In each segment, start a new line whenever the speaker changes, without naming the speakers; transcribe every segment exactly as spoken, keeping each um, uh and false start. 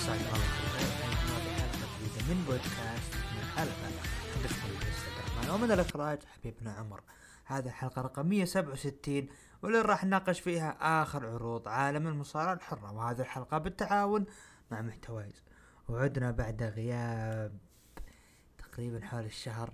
أسعد الله بالخير. حياكم الله بحلقة جديدة من بودكاست من الحلقة. حدثكم الأستاذ الرحمن ومن الإخراج حبيبنا عمر. هذا الحلقة رقم مية وسبعة وستين واللي راح نناقش فيها آخر عروض عالم المصارعة الحرة، وهذه الحلقة بالتعاون مع محتوايز. وعدنا بعد غياب تقريبا حول الشهر،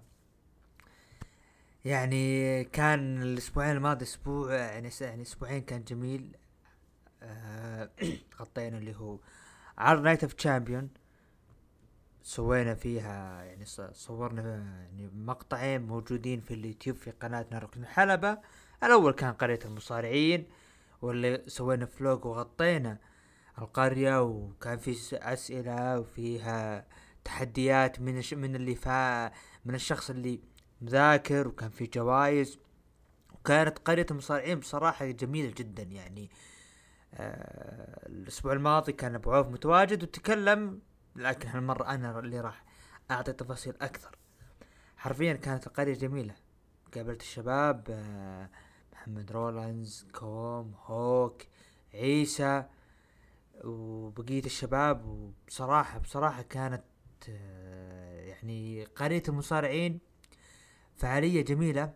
يعني كان الأسبوعين الماضي أسبوع يعني يعني أسبوعين كان جميل. آه غطينا اللي هو عرض نايت اوف تشامبيون، سوينا فيها يعني صورنا يعني مقطعين موجودين في اليوتيوب في قناتنا ركن الحلبة. الأول كان قرية المصارعين، واللي سوينا فلوج وغطينا القرية، وكان في أسئلة وفيها تحديات من الش... من اللي فا من الشخص اللي مذاكر، وكان في جوائز، وكانت قرية المصارعين بصراحة جميلة جدا. يعني آه الأسبوع الماضي كان أبو عوف متواجد وتكلم، لكن هالمرة أنا اللي راح أعطي تفاصيل أكثر. حرفيا كانت القرية جميلة، قابلت الشباب، آه محمد رولانز، كوم، هوك، عيسى وبقية الشباب. وبصراحة بصراحة كانت آه يعني قرية المصارعين فعالية جميلة،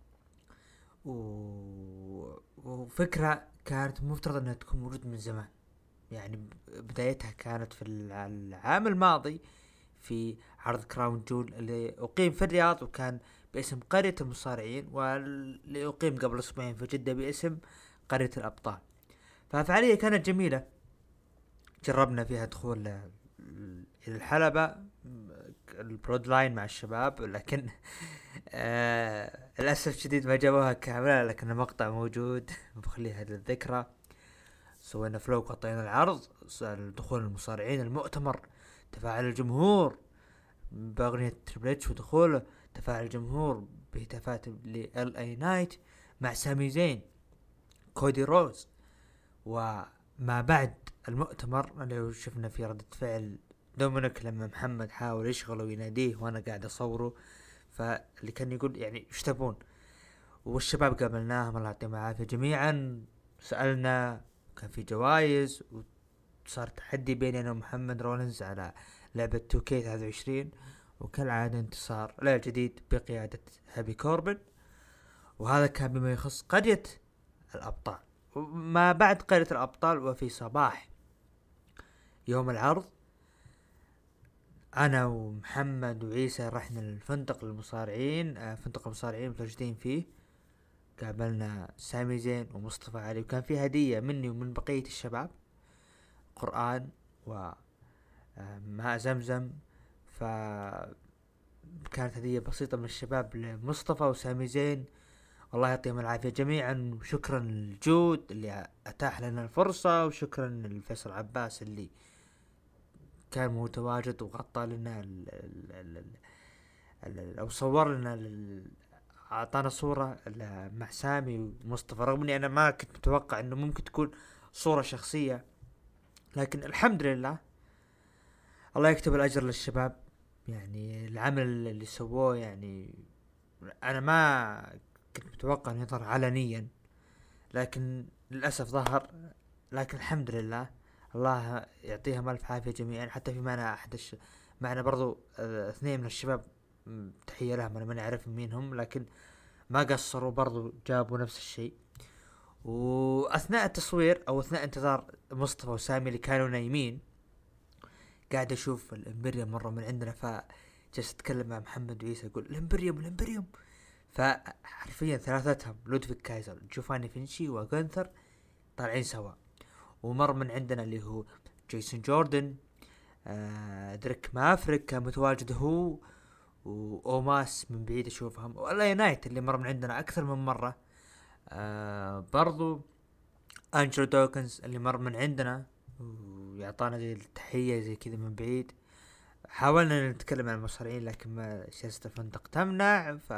و... وفكرة كانت مفترض أنها تكون موجودة من زمان. يعني بدايتها كانت في العام الماضي في عرض كراون جول اللي أقيم في الرياض، وكان باسم قرية المصارعين، واللي أقيم قبل أسبوعين في جدة باسم قرية الأبطال. ففعالية كانت جميلة، جربنا فيها دخول إلى الحلبة البرود لاين مع الشباب، لكن آه للأسف شديد ما جابوها كاملة، لكن المقطع موجود بخليها للذكرى. سوينا فلو قطعنا العرض، دخول المصارعين المؤتمر، تفاعل الجمهور بأغنية تريبل اتش ودخوله، تفاعل الجمهور بهتافات لال اي نايت مع سامي زين، كودي روز. وما بعد المؤتمر اللي شفنا في ردة فعل دومينيك لما محمد حاول يشغله ويناديه وانا قاعد اصوره، فاللي كان يقول يعني ايش تبون. والشباب قابلناهم الله يعطيهم العافية جميعا، سألنا، كان في جوائز، وصار تحدي بيني انا ومحمد رولنز على لعبة تو كيه ثلاثة وعشرين، وكالعادة انتصار لا جديد بقيادة هابي كوربن. وهذا كان بما يخص قرية الأبطال. وما بعد قرية الأبطال وفي صباح يوم العرض أنا ومحمد وعيسى رحنا للفندق المصارعين، آه فندق المصارعين متواجدين فيه. قابلنا سامي زين ومصطفى علي، وكان في هدية مني ومن بقية الشباب، قرآن وماء زمزم. فكانت هدية بسيطة من الشباب لمصطفى وسامي زين، والله يعطيهم العافية جميعا. وشكرا للجود اللي أتاح لنا الفرصة، وشكرا للفيصل عباس اللي كان متواجد وغطى لنا ال ال ال ال ال أو صور لنا ال أعطانا صورة مع سامي ومصطفى، رغم أني أنا ما كنت متوقع أنه ممكن تكون صورة شخصية، لكن الحمد لله الله يكتب الأجر للشباب. يعني العمل اللي سووه، يعني أنا ما كنت متوقع أن يظهر علنيا، لكن للأسف ظهر. لكن الحمد لله، الله يعطيهم ألف عافية جميعا. حتى في معنا أحد الش... معنا برضو اه اثنين من الشباب، تحية لهم، أنا ما نعرف مين هم، لكن ما قصروا برضو جابوا نفس الشيء. وأثناء التصوير أو أثناء انتظار مصطفى وسامي اللي كانوا نايمين، قاعد أشوف الإمبريوم مرة من عندنا، فجلست أتكلم مع محمد وعيسى يقول الإمبريوم الإمبريوم. فحرفيا ثلاثتهم لودفيك كايزر، جوفاني فينشي، وغنثر طالعين سوا. ومر من عندنا اللي هو جيسون جوردن، آه دريك مافريك كان متواجد هو، وأوماس من بعيد أشوفهم، ولا نايت اللي مر من عندنا أكثر من مرة، آه برضو أنجلو دوكنز اللي مر من عندنا ويعطانا زي التحية زي كذا من بعيد. حاولنا نتكلم عن المصارعين، لكن ما سياسة الفندق تمنع، ف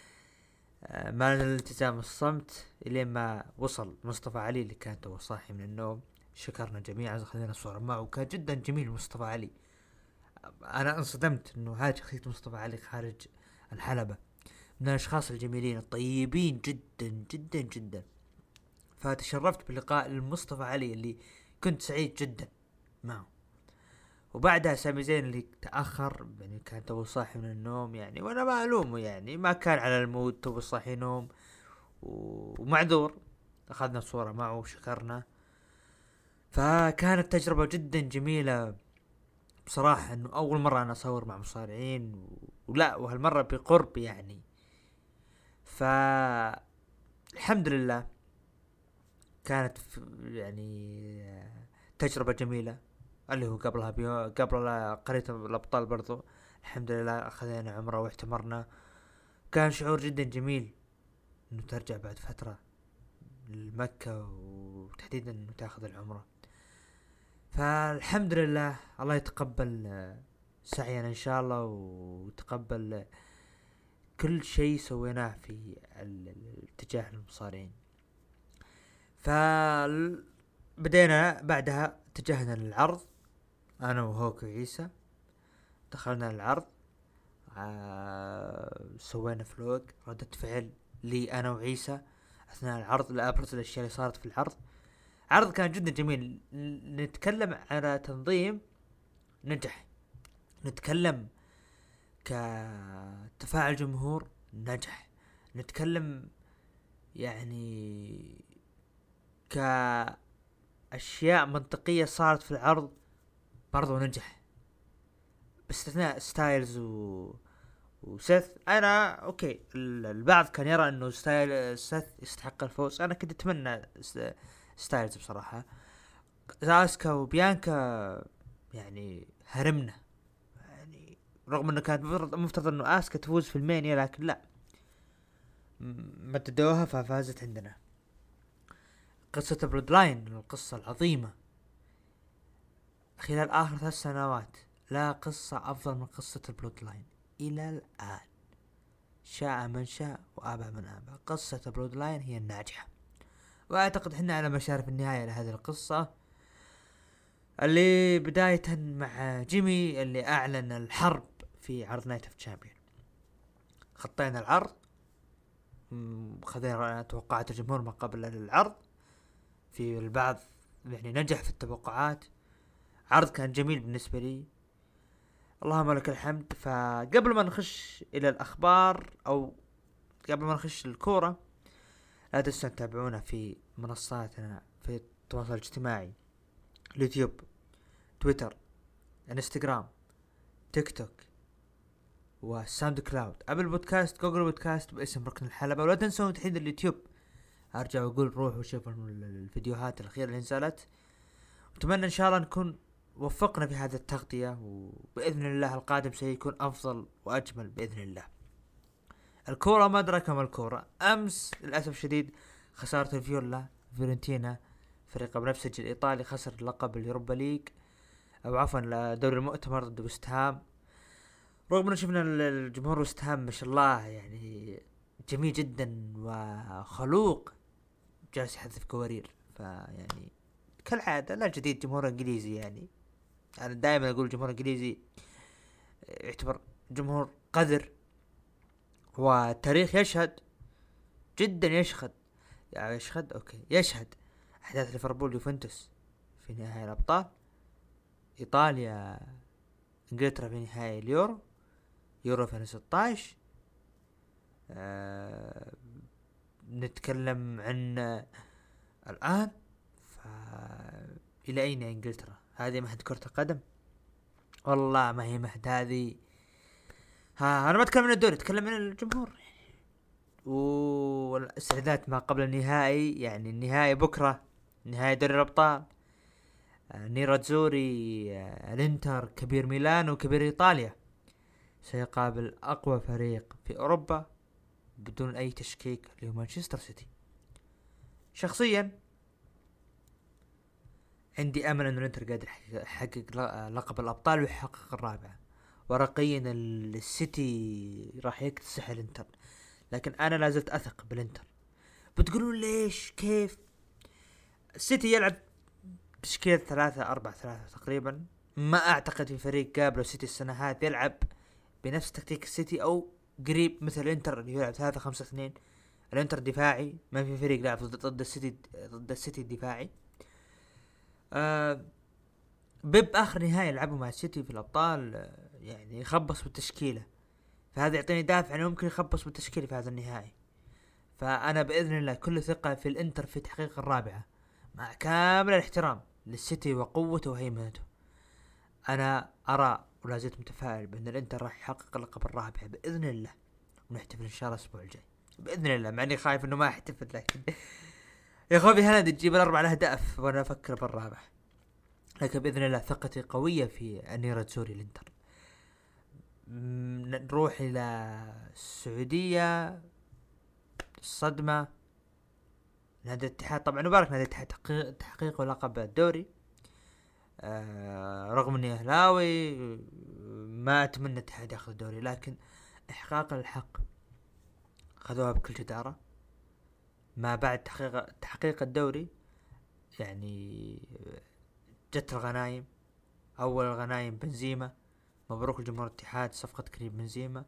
ما لنا الالتزام الصمت إلين ما وصل مصطفى علي اللي كان تو صاحي من النوم. شكرنا جميعا، خذينا صورة معه، وكان جدا جميل مصطفى علي. أنا انصدمت إنه هذا شخصية مصطفى علي خارج الحلبة، من الأشخاص الجميلين الطيبين جدا جدا جدا. فتشرفت بلقاء المصطفى علي اللي كنت سعيد جدا معه. وبعدها سامي زين اللي تأخر يعني كان تو صاحي من النوم يعني، وانا ما الومه يعني ما كان على المود، تو صاحي نوم ومعذور. اخذنا صورة معه وشكرنا. فكانت تجربة جدا جميلة بصراحة، انه اول مرة انا اصور مع مصارعين ولا وهالمرة بقرب يعني. فالحمد لله كانت يعني تجربة جميلة. اللي هو قبلها بيو قبل قرية الابطال برضو الحمد لله اخذنا عمرة واعتمرنا. كان شعور جدا جميل انه ترجع بعد فترة لمكة وتحديدا انه تاخذ العمرة. فالحمد لله الله يتقبل سعينا ان شاء الله، وتقبل كل شيء سويناه في الاتجاه المصارعين. فبدينا بعدها اتجهنا للعرض انا وهوك وعيسى. دخلنا العرض، آه سوينا فلوق ردة فعل لي انا وعيسى اثناء العرض لابرز الاشياء اللي صارت في العرض. عرض كان جدا جميل. نتكلم على تنظيم نجح، نتكلم كتفاعل جمهور نجح، نتكلم يعني كأشياء منطقية صارت في العرض برضو نجح، باستثناء ستايلز و وسيث. انا اوكي البعض كان يرى انه ستايل سيث يستحق الفوز، انا كنت اتمنى ستايلز بصراحة. اسكا وبيانكا يعني هرمنا يعني، رغم انه كانت مفترض انه اسكا تفوز في المانيا لكن لا، مددوها ففازت عندنا. قصة برود لاين القصة العظيمة خلال اخر ثلاث سنوات، لا قصة افضل من قصة البلود لاين الى الان، شاء من شاء وابى من ابى. قصة برود لاين هي الناجحة، واعتقد احنا على مشارف النهاية لهذه القصة، اللي بداية مع جيمي اللي اعلن الحرب في عرض نايت اوف تشامبيون. خطينا العرض، خذينا توقعات الجمهور ما قبل العرض، في البعض يعني نجح في التوقعات. عرض كان جميل بالنسبة لي اللهم لك الحمد. فقبل ما نخش الى الاخبار او قبل ما نخش الكورة، لا تنسوا تتابعونا في منصاتنا في التواصل الاجتماعي: اليوتيوب، تويتر، انستغرام، تيك توك، وساوند كلاود، ابل بودكاست، جوجل بودكاست باسم ركن الحلبة. ولا تنسوا تحديد اليوتيوب، ارجع واقول روحوا شوفوا الفيديوهات الاخيرة اللي نزلت. اتمنى ان شاء الله نكون وفقنا في هذا التغطية، وباذن الله القادم سيكون افضل واجمل باذن الله. الكورة ما ادراك ما الكورة. امس للاسف شديد خسارة الفيولا فيورنتينا، فريق بنفسجي الايطالي، خسر لقب اليوروبا ليج او عفوا دوري المؤتمر ضد وستهام. رغم ان شفنا الجمهور وستهام ما شاء الله يعني جميل جدا وخلوق، جالس يحذف كوارير. فيعني كالعادة لا جديد جمهور انجليزي، يعني انا دائما اقول جمهور انجليزي يعتبر جمهور قذر، والتاريخ يشهد جدا يشهد يعني يشهد اوكي يشهد احداث ليفربول يوفنتوس في نهائي الابطال، ايطاليا انجلترا في نهائي اليورو يورو ألفين وستة عشر. آه نتكلم عن الان ف الى اين انجلترا؟ هذه مهد كرة القدم والله ما هي مهد هذه. ها انا ما اتكلم عن الدوري، اتكلم عن الجمهور والاستعدادات ما قبل النهائي. يعني النهائي بكرة، نهائي دوري الابطال، نيراتزوري، الانتر كبير ميلان وكبير ايطاليا سيقابل اقوى فريق في اوروبا بدون اي تشكيك اللي هو مانشستر سيتي. شخصيا عندي امل ان الانتر قادر يحقق لقب الابطال ويحقق الرابعة، ورقيا السيتي راح يكتسح الانتر، لكن انا لازلت اثق بالانتر. بتقولون ليش كيف؟ السيتي يلعب تشكيلة ثلاثة أربعة ثلاثة تقريبا، ما اعتقد في فريق قابله السيتي السنة هذه يلعب بنفس تكتيك السيتي او قريب مثل الانتر اللي يلعب ثلاثة خمسة اثنين. الانتر دفاعي، ما في فريق لعب ضد السيتي ضد السيتي الدفاعي. آه بيب اخر نهائي لعبه مع السيتي في الابطال آه، يعني يخبص بالتشكيله، فهذا يعطيني دافع انه ممكن يخبص بالتشكيله في هذا النهائي. فانا باذن الله كل ثقه في الانتر في تحقيق الرابعه، مع كامل الاحترام للسيتي وقوته وهيمنته. انا ارى ولا زلت متفائل بان الانتر راح يحقق اللقب الرابع باذن الله، ونحتفل ان شاء الله الاسبوع الجاي باذن الله، مع اني خايف انه ما احتفل، لكن يا خوفي هالاند تجيب الاربع الاهداف وانا افكر بالرابع. لكن باذن الله ثقتي قويه في اني راتزوري الانتر. نروح الى السعوديه. الصدمه نادي الاتحاد، طبعا نبارك نادي الاتحاد تحقيق تحقيق لقب الدوري. آه رغم اني اهلاوي ما اتمنى الاتحاد ياخذ الدوري، لكن احقاق الحق خذوها بكل جدارة. ما بعد تحقيق تحقيق الدوري يعني جت الغنايم، اول الغنايم بنزيما، مبروك لجمهور الاتحاد صفقة كريم بنزيما.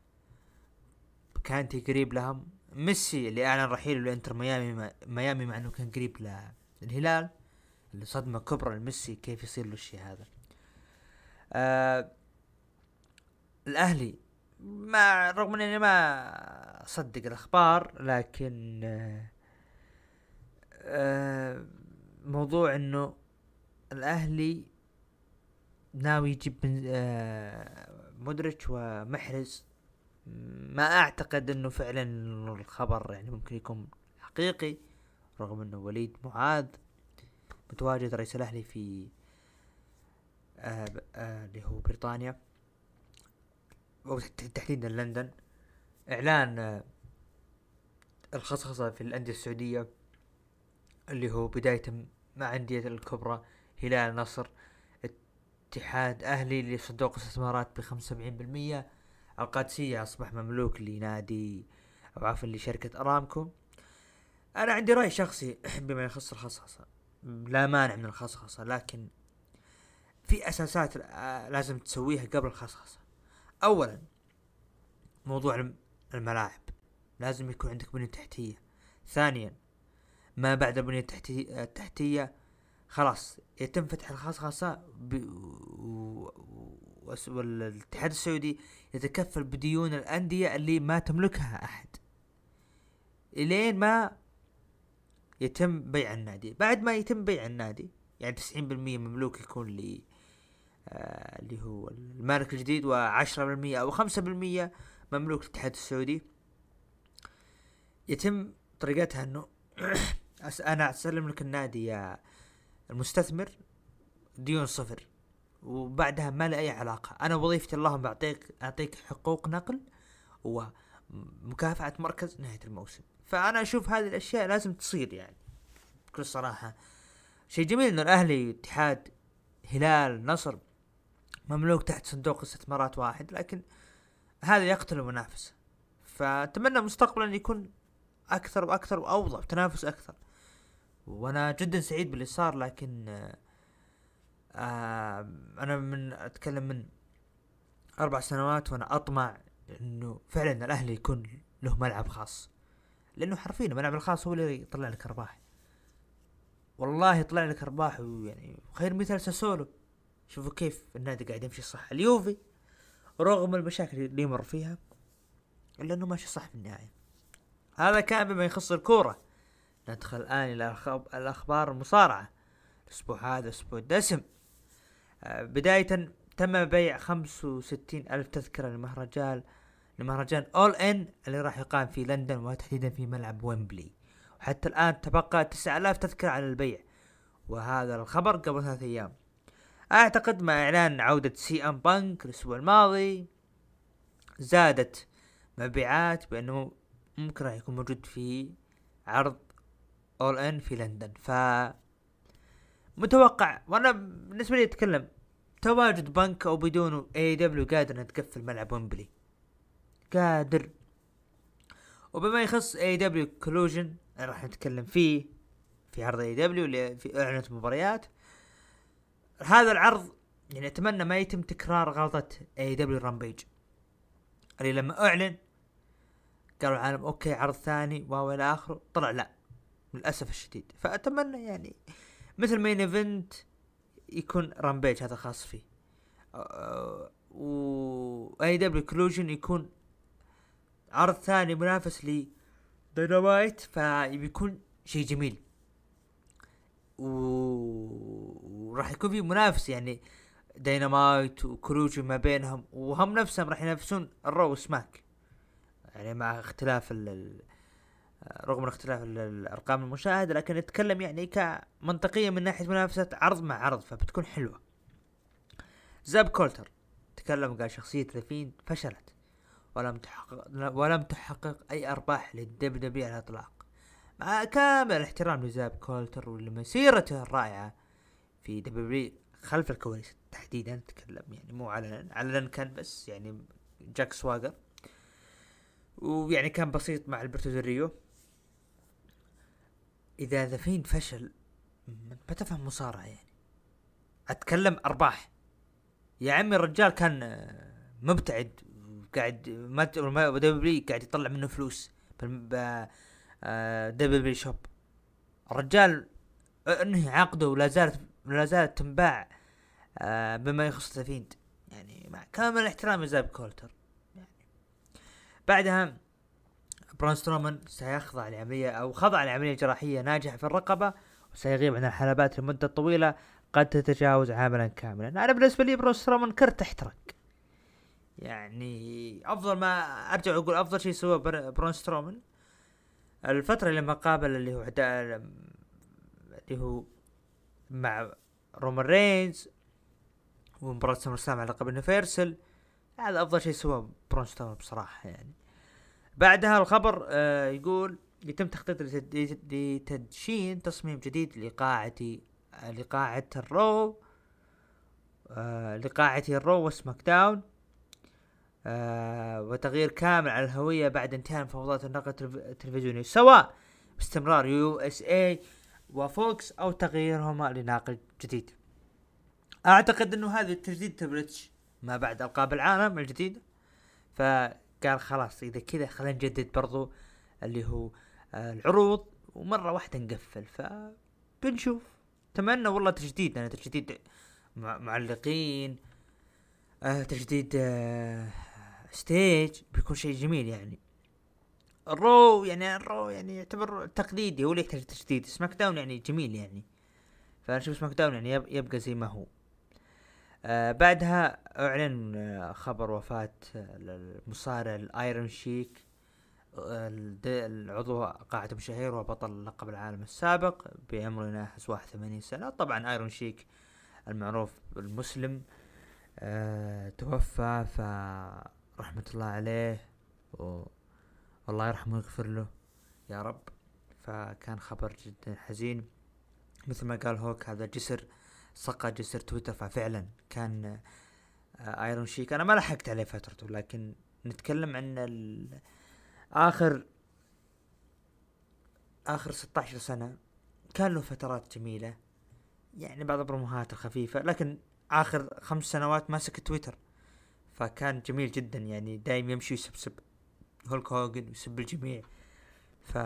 كانت قريب لهم ميسي اللي اعلن رحيله لانتر ميامي ميامي مع انه كان قريب للهلال، اللي صدمة كبرى لميسي كيف يصير له الشيء هذا. آه الاهلي ما رغم اني ما اصدق الاخبار، لكن آه آه موضوع انه الاهلي ناوي يجيب آه مودريتش ومحرز، ما اعتقد انه فعلا الخبر يعني ممكن يكون حقيقي، رغم انه وليد معاذ متواجد رئيس الاهلي في آه آه اللي هو بريطانيا او تحديدا لندن. اعلان آه الخصخصة في الاندية السعودية اللي هو بداية مع اندية الكبرى، هلال، نصر، اتحاد، اهلي لصندوق استثمارات بخمسة وسبعين بالمية. القادسية اصبح مملوك لنادي او عفوا لشركة ارامكو. انا عندي رأي شخصي بما يخص الخصخصة، لا مانع من الخصخصة، لكن في اساسات لازم تسويها قبل الخصخصة. اولا موضوع الملاعب، لازم يكون عندك بنية تحتية. ثانيا ما بعد البنية التحتية, التحتية خلاص يتم فتح الخصخصة ب... والاتحاد السعودي يتكفل بديون الأندية اللي ما تملكها أحد إلين ما يتم بيع النادي. بعد ما يتم بيع النادي يعني تسعين بالمية مملوك يكون لي آه اللي هو المالك الجديد، وعشرة بالمية أو خمسة بالمية مملوك الاتحاد السعودي. يتم طريقتها أنه أنا أسلم لك النادي يا المستثمر ديون صفر، وبعدها ما لي أي علاقة، أنا وظيفتي اللهم بعطيك أعطيك حقوق نقل ومكافأة مركز نهاية الموسم. فأنا أشوف هذه الأشياء لازم تصير يعني بكل صراحة. شيء جميل إنه الأهلي، اتحاد، هلال، نصر مملوك تحت صندوق استثمارات واحد، لكن هذا يقتل المنافسة. فأتمنى مستقبلا يكون أكثر وأكثر وأوضح تنافس أكثر، وأنا جدا سعيد باللي صار. لكن آه آه أنا من أتكلم من أربع سنوات وأنا أطمع إنه فعلا الأهلي يكون له ملعب خاص، لأنه حرفيا الملعب الخاص هو اللي يطلع لك أرباح، والله يطلع لك أرباح. ويعني خير مثال ساسولو، شوفوا كيف النادي قاعد يمشي صح. اليوفي رغم المشاكل اللي يمر فيها إلا أنه ماشي صح في النهاية. هذا كان بما يخص الكورة. ندخل الآن إلى الأخبار المصارعة. الأسبوع هذا أسبوع دسم. آه بداية تم بيع خمسة وستين ألف تذكرة لمهرجان لمهرجان أول إن اللي راح يقام في لندن، وتحديدا في ملعب ويمبلي. وحتى الآن تبقى تسعة آلاف تذكرة على البيع، وهذا الخبر قبل ثلاث أيام. أعتقد مع إعلان عودة سي أم بانك الأسبوع الماضي زادت مبيعات بأنه ممكن راح يكون موجود في عرض أول إن في لندن. ف متوقع، وانا بالنسبه لي اتكلم تواجد بنك او بدونه اي دبليو قادر نتقفل ملعب ويمبلي قادر. وبما يخص اي دبليو كولوجن راح نتكلم فيه في عرض اي دبليو اللي في اعلنت مباريات. هذا العرض يعني اتمنى ما يتم تكرار غلطة اي دبليو رامبيج اللي لما اعلن قالوا العالم اوكي عرض ثاني وهو الى اخره، طلع لا للاسف الشديد. فاتمنى يعني مثل مين ايفنت يكون رامبيج هذا خاص فيه، و اي دبليو كلوجن يكون عرض ثاني منافس لي داينامايت، فبيكون شيء جميل، وراح يكون في منافس يعني داينامايت وكلوجن ما بينهم، وهم نفسهم راح ينافسون الرو سماك يعني مع اختلاف ال رغم اختلاف الارقام المشاهده، لكن نتكلم يعني كمنطقيه من ناحيه منافسه عرض مع عرض، فبتكون حلوه. زاب كولتر تكلم قال شخصيه ذا فشلت ولم تحقق ولم تحقق اي ارباح للدبليو دبليو على الاطلاق، مع كامل الاحترام لزاب كولتر ولمسيرته الرائعه في دبليو خلف الكواليس تحديدا. تكلم يعني مو علنا، علنا كان بس يعني جاك سواغر، ويعني كان بسيط مع البرتو دريو. اذا ذا فين فشل ما تفهم مصارعة يعني، اتكلم ارباح يا عمي. الرجال كان مبتعد قاعد ما دبليو قاعد يطلع منه فلوس ب دبليو شوب. الرجال انه عقده ولا زالت لا زالت تنباع بما يخص ذا يعني، مع كامل الاحترام لزاب كولتر يعني. بعدها برون سترومان سيخضع لعملية أو خضع لعملية جراحية ناجحة في الرقبة، وسيغيب عن الحلبات لمدة طويلة قد تتجاوز عاملا كاملا. أنا بالنسبة لي برون سترومان كرت احترق يعني، أفضل ما أرجع أقول أفضل شيء سوى برون سترومان الفترة لما قابل اللي هو عداء اللي هو مع رومان رينز ومباراة سمر سلام على لقب يونيفرسال، هذا أفضل شيء سوى برون سترومان بصراحة يعني. بعدها الخبر آه يقول يتم تخطيط لتدشين تصميم جديد لقاعة لقاعة الرو آه لقاعة الرو وسماك داون، آه وتغيير كامل على الهوية بعد انتهاء مفاوضات النقل التلفزيوني، سواء باستمرار يو اس اي وفوكس او تغييرهما لناقل جديد. اعتقد انه هذا التجديد تبرتش ما بعد القاب العالم الجديدة، ف قال خلاص اذا كذا خلينا نجدد برضو اللي هو آه العروض ومرة واحدة نقفل، فبنشوف. تمنى والله تجديد، انا تجديد معلقين آه تجديد آه ستيج بيكون شيء جميل يعني. الرو يعني الرو يعني يعتبر تقليدي، هو اللي يحتاج تجديد. سماك داون يعني جميل يعني، فنشوف سماك داون يعني يبقى زي ما هو. آه بعدها اعلن آه خبر وفاة آه المصارع الايرون شيك، آه العضو قاعدة مشاهير وبطل لقب العالم السابق بعمر ناحس واحد وثمانين سنة. طبعا ايرون شيك المعروف المسلم آه توفى، فرحمة الله عليه والله يرحمه ويغفر له يا رب. فكان خبر جدا حزين، مثل ما قال هوك هذا جسر صقع جسر تويتر. ففعلا كان ايرون شيك انا ما لحقت عليه فترته، لكن نتكلم عن اخر اخر ستة عشر سنة كان له فترات جميلة يعني، بعض البروموهات الخفيفة، لكن اخر خمس سنوات ماسك تويتر فكان جميل جدا يعني، دايم يمشي يسبسب هولك هوجن ويسب الجميع. ف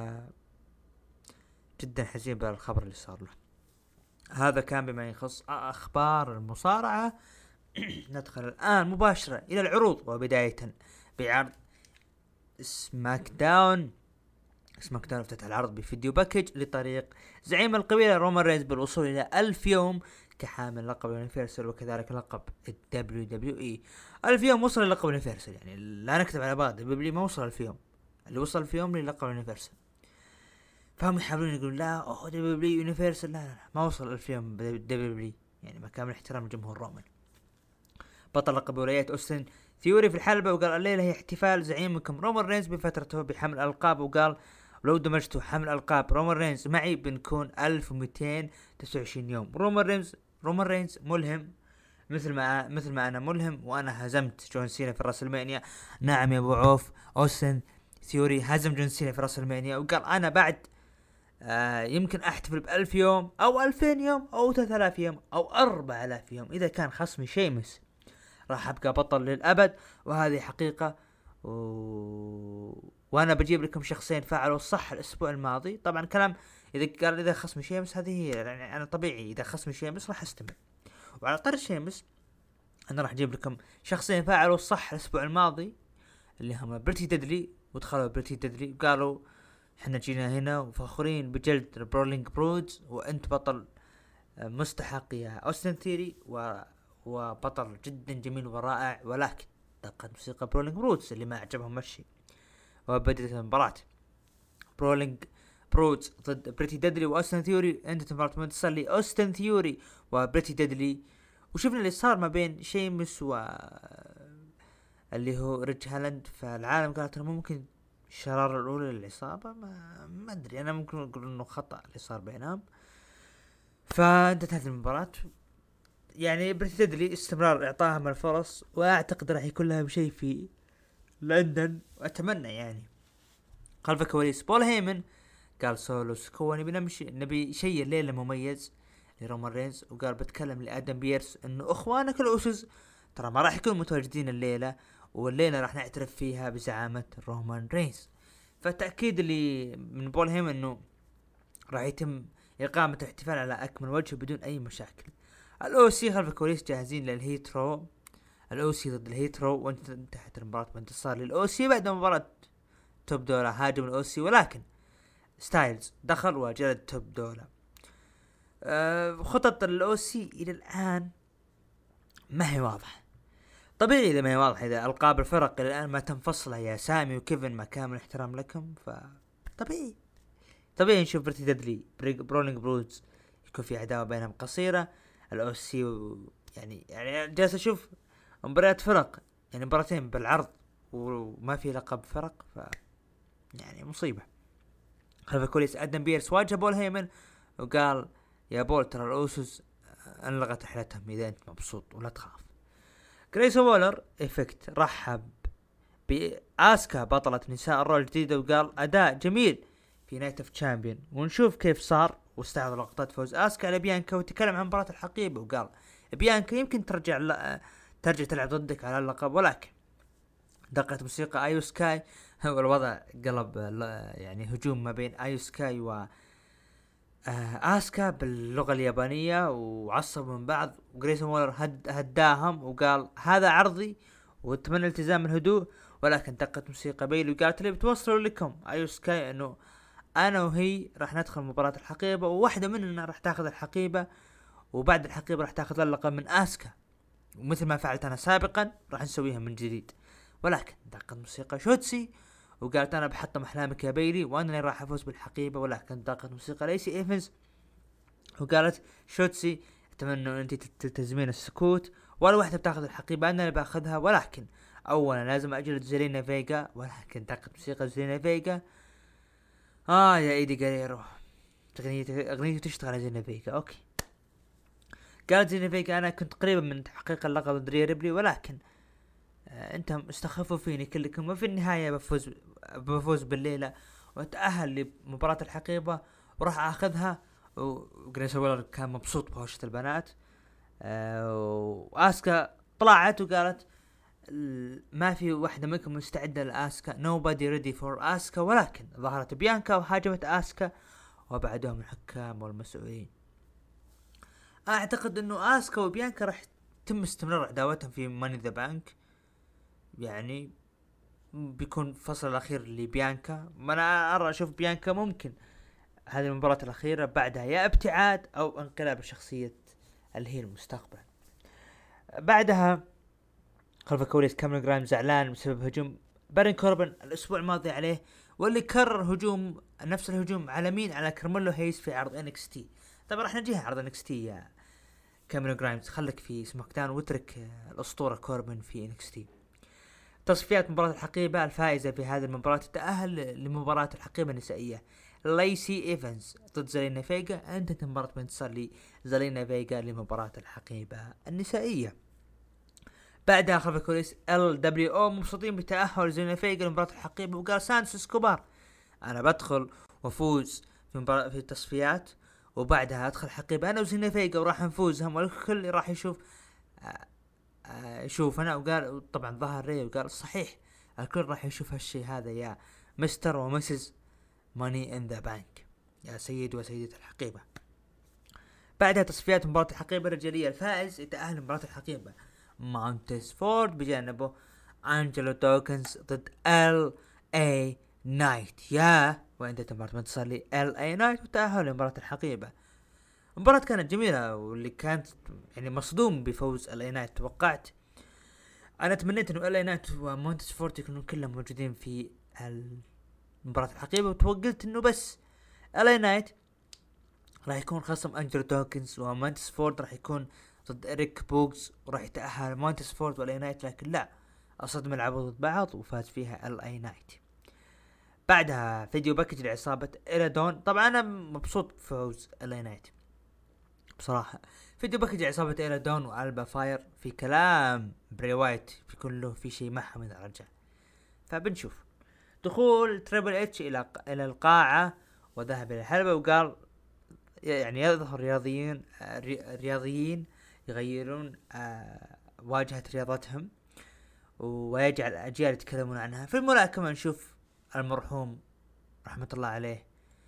جدا حزين بالخبر اللي صار له. هذا كان بما يخص اخبار المصارعة. ندخل الان مباشرة الى العروض، وبداية بعرض سماك داون. سماك داون افتتح العرض بفيديو باكج لطريق زعيم القبيلة رومان رينز بالوصول الى ألف يوم كحامل لقب يونيفرسال وكذلك لقب الدبليو دبليو اي. ألف يوم وصل للقب يونيفرسال يعني، لا نكتب على بعض، دبليو ما وصل ألف يوم، اللي وصل في يوم للقب يونيفرسال. فهم يحاولون يقولون لا اوه دبليو يونيفرسال، لا لا ما وصل ألف يوم دبليو يعني، ما كامل احترام الجمهور رومان. بطل لقب ولايات أوستن ثيوري في الحلبة وقال الليلة هي احتفال زعيمكم رومان رينز بفترته بحمل ألقاب، وقال لو دمجتوا حمل ألقاب رومان رينز معي بنكون ألف ومئتين وتسعة وعشرين يوم. رومان رينز رومان رينز ملهم مثل ما مثل ما أنا ملهم، وأنا هزمت جون سينا في راسلمانيا. نعم يا أبو عوف، أوستن ثيوري هزم جون سينا في راسلمانيا، وقال أنا بعد آه يمكن أحتفل بألف يوم أو ألفين يوم أو ثلاثة آلاف يوم أو أربعة آلاف يوم إذا كان خصمي شيمس راح أبقى بطل للأبد. وهذه حقيقة و... وأنا بجيب لكم شخصين فعلوا الصح الأسبوع الماضي. طبعا كلام إذا قال إذا خصمي شيمس هذه هي يعني، أنا طبيعي إذا خصمي شيمس راح أستمر. وعلى طر شيمس انا راح اجيب لكم شخصين فعلوا الصح الاسبوع الماضي اللي هم بريتي ديدلي، ودخلوا بريتي ديدلي وقالوا احنا جينا هنا وفخورين بجلد برولينج برودز وانت بطل مستحق يا اوستن ثيري و... وبطل جدا جميل ورائع، ولكن دقت موسيقى برولينج برودز اللي ما عجبهم الشيء وبدأت المباراة. برولينج برودز ضد بريتي ديدلي واوستن ثيوري، انت مباراة منتصر لي اوستن ثيوري وبريتي ديدلي. وشفنا اللي صار ما بين شيمس و اللي هو ريج هالاند، فالعالم قالت انه ممكن الشرارة الاولى للعصابة، ما ما ادري انا، ممكن نقول انه خطأ اللي صار بينهم. فانتهت هذه المباراة، يعني بريتي ديدلي استمرار اعطاهم الفرص، واعتقد راح يكون لهم شيء في لندن، واتمنى يعني. خلف كواليس بول هيمن قال سولو سكو نبي نمشي نبي شيء الليلة مميز لرومان رينز، وقال بتكلم لآدم بيرس انه اخوانك الاسس ترى ما راح يكونوا متواجدين الليلة، والليلة راح نعترف فيها بزعامة رومان رينز. فالتأكيد اللي من بول هيمن انه راح يتم اقامة الاحتفال على اكمل وجه بدون اي مشاكل. الاو سي خلف الكواليس جاهزين للهيترو، الاو سي ضد الهيترو، وانت انتهت المباراة بانتصار للاو سي بعد مباراة توب دولا هاجم الاو سي، ولكن ستايلز دخل وجلد توب دولا. أه خطط الاو سي الى الان ما هي واضحة، طبيعي اذا ما هي واضحة، اذا القاب الفرق الى الان ما تنفصل يا سامي وكيفن ما كامل احترام لكم، فطبيعي طبيعي نشوف بريتي ديدلي برولينج برودز يكون في عداوة بينهم قصيرة. الاو سي يعني يعني جالس اشوف مباريات فرق، يعني مباراتين بالعرض وما في لقب فرق، ف يعني مصيبة. خلف الكواليس ادم بيرس واجه بول هيمن وقال يا بول ترى الاوسوس انلغت رحلتهم اذا انت مبسوط ولا تخاف. جريس وولر افكت رحب باسكا بطلة نساء الرول الجديدة وقال اداء جميل في نايت اوف تشامبيون، ونشوف كيف صار، واستعرض لقطات فوز اسكا على بيانكا، وتكلم عن مباراة الحقيبة وقال بيانكا يمكن ترجع ل... ترجع تلعب ضدك على اللقب، ولكن دقت موسيقى ايو سكاي والوضع قلب يعني هجوم ما بين ايو سكاي و اسكا باللغة اليابانية، وعصبوا من بعض، وجريسون وولر هد هداهم وقال هذا عرضي واتمنى التزام الهدوء، ولكن دقت موسيقى بيلي وقالت لي بتوصلوا لكم ايو سكاي انه انا وهي راح ندخل مباراة الحقيبة، وواحدة مننا راح تاخذ الحقيبة، وبعد الحقيبة راح تاخذ اللقب من اسكا، ومثل ما فعلت انا سابقا راح نسويها من جديد. ولكن دقت موسيقى شوتسي وقالت انا بحطم احلامك يا بيلي وانا اللي راح افوز بالحقيبة، ولكن دقت موسيقى ليسي ايفنز وقالت شوتسي اتمنى ان انت تلتزمين السكوت، ولا واحدة بتاخذ الحقيبة انا اللي باخذها، ولكن اولا لازم اجلد زيلينا فيجا. ولكن دقت موسيقى زيلينا فيجا اه يا ايدي جاريرو، اغنيته اغنيته تشتغل على زيلينا فيجا. اوكي قالت زيلينا فيجا انا كنت قريبا من تحقيق اللقب ضد ريا ريبلي، ولكن آه انتم استخفوا فيني كلكم، وفي النهاية بفوز بفوز بالليلة واتأهل لمباراة الحقيبة وراح اخذها. وجريس ويلر كان مبسوط بهوشة البنات. آه واسكا طلعت وقالت ما في واحدة منكم مستعدة لآسكا، nobody ready for آسكا، ولكن ظهرت بيانكا وهاجمت آسكا وبعدهم الحكام والمسؤولين. اعتقد انه آسكا وبيانكا راح تم استمرار عداوتهم في ماني ذا بانك، يعني بيكون فصل الاخير لبيانكا. ما انا ارى اشوف بيانكا ممكن هذه المباراة الاخيرة بعدها يا ابتعاد او انقلاب شخصية اللي هي المستقبل. بعدها خلف الكواليس كاميرون جرايم زعلان بسبب هجوم بارين كوربن الاسبوع الماضي عليه، واللي كرر هجوم نفس الهجوم على مين؟ على كارميلو هيس في عرض إنكس تي. طبعا راح نجيها عرض إنكس تي يا كاميرون جرايمز، خليك في سماك داون واترك الاسطورة كوربن في إنكس تي. تصفيات مباراة الحقيبة، الفائزة في هذه المباراة تتأهل لمباراة الحقيبة النسائية ليسي ايفنز ضد زالينا فيجا، انتهت المباراة بانتصار لزالينا فيجا لمباراة الحقيبة النسائية. بعدها خلف الكواليس ال دبليو او مبسوطين بتأهل زالينا فيجا لمباراة الحقيبة، وقال سانتوس اسكوبار انا بدخل وفوز في مباراة في التصفيات وبعدها ادخل حقيبة انا وزالينا فيجا وراح نفوزهم والكل راح يشوف شوف انا. وقال طبعا ظهر ري وقال صحيح الكل راح يشوف هالشيء هذا يا مستر ومسز ماني ان ذا بانك، يا سيد وسيدة الحقيبة. بعدها تصفيات مباراة الحقيبة الرجالية، الفائز يتأهل لمباراة الحقيبة مونتيز فورد بجانبه أنجلو دوكنز ضد ال اي نايت. يا وين تمرت ما تصل لي ال اي نايت وتأهل لمباراة الحقيبة. المباراة كانت جميلة واللي كانت يعني مصدوم بفوز ال اي نايت. توقعت انا تمنيت انه ال اي نايت ومونتيز فورد يكونوا كلهم موجودين في مباراة الحقيبة، وتوقعت انه بس ال اي نايت راح يكون خصم أنجلو دوكنز ومونتيز فورد راح يكون ضد إريك بوغز وراح يتأهل مونتيز فورد والأي نايت، لكن لا، أصدم لعبوا ضد بعض وفاز فيها الأي نايت. بعدها فيديو باكج لعصابة إيرادون. طبعا أنا مبسوط بفوز الأي نايت بصراحة. فيديو باكج لعصابة إيرادون وألبا فاير، في كلام بري وايت في كله في شيء معهم إذا رجع، فبنشوف. دخول تريبل اتش إلى إلى القاعة وذهب إلى الحلبة وقال يعني يظهر رياضيين رياضيين يغيرون واجهة رياضتهم ويجعل الأجيال يتكلمون عنها. في الملاكمة نشوف المرحوم رحمة الله عليه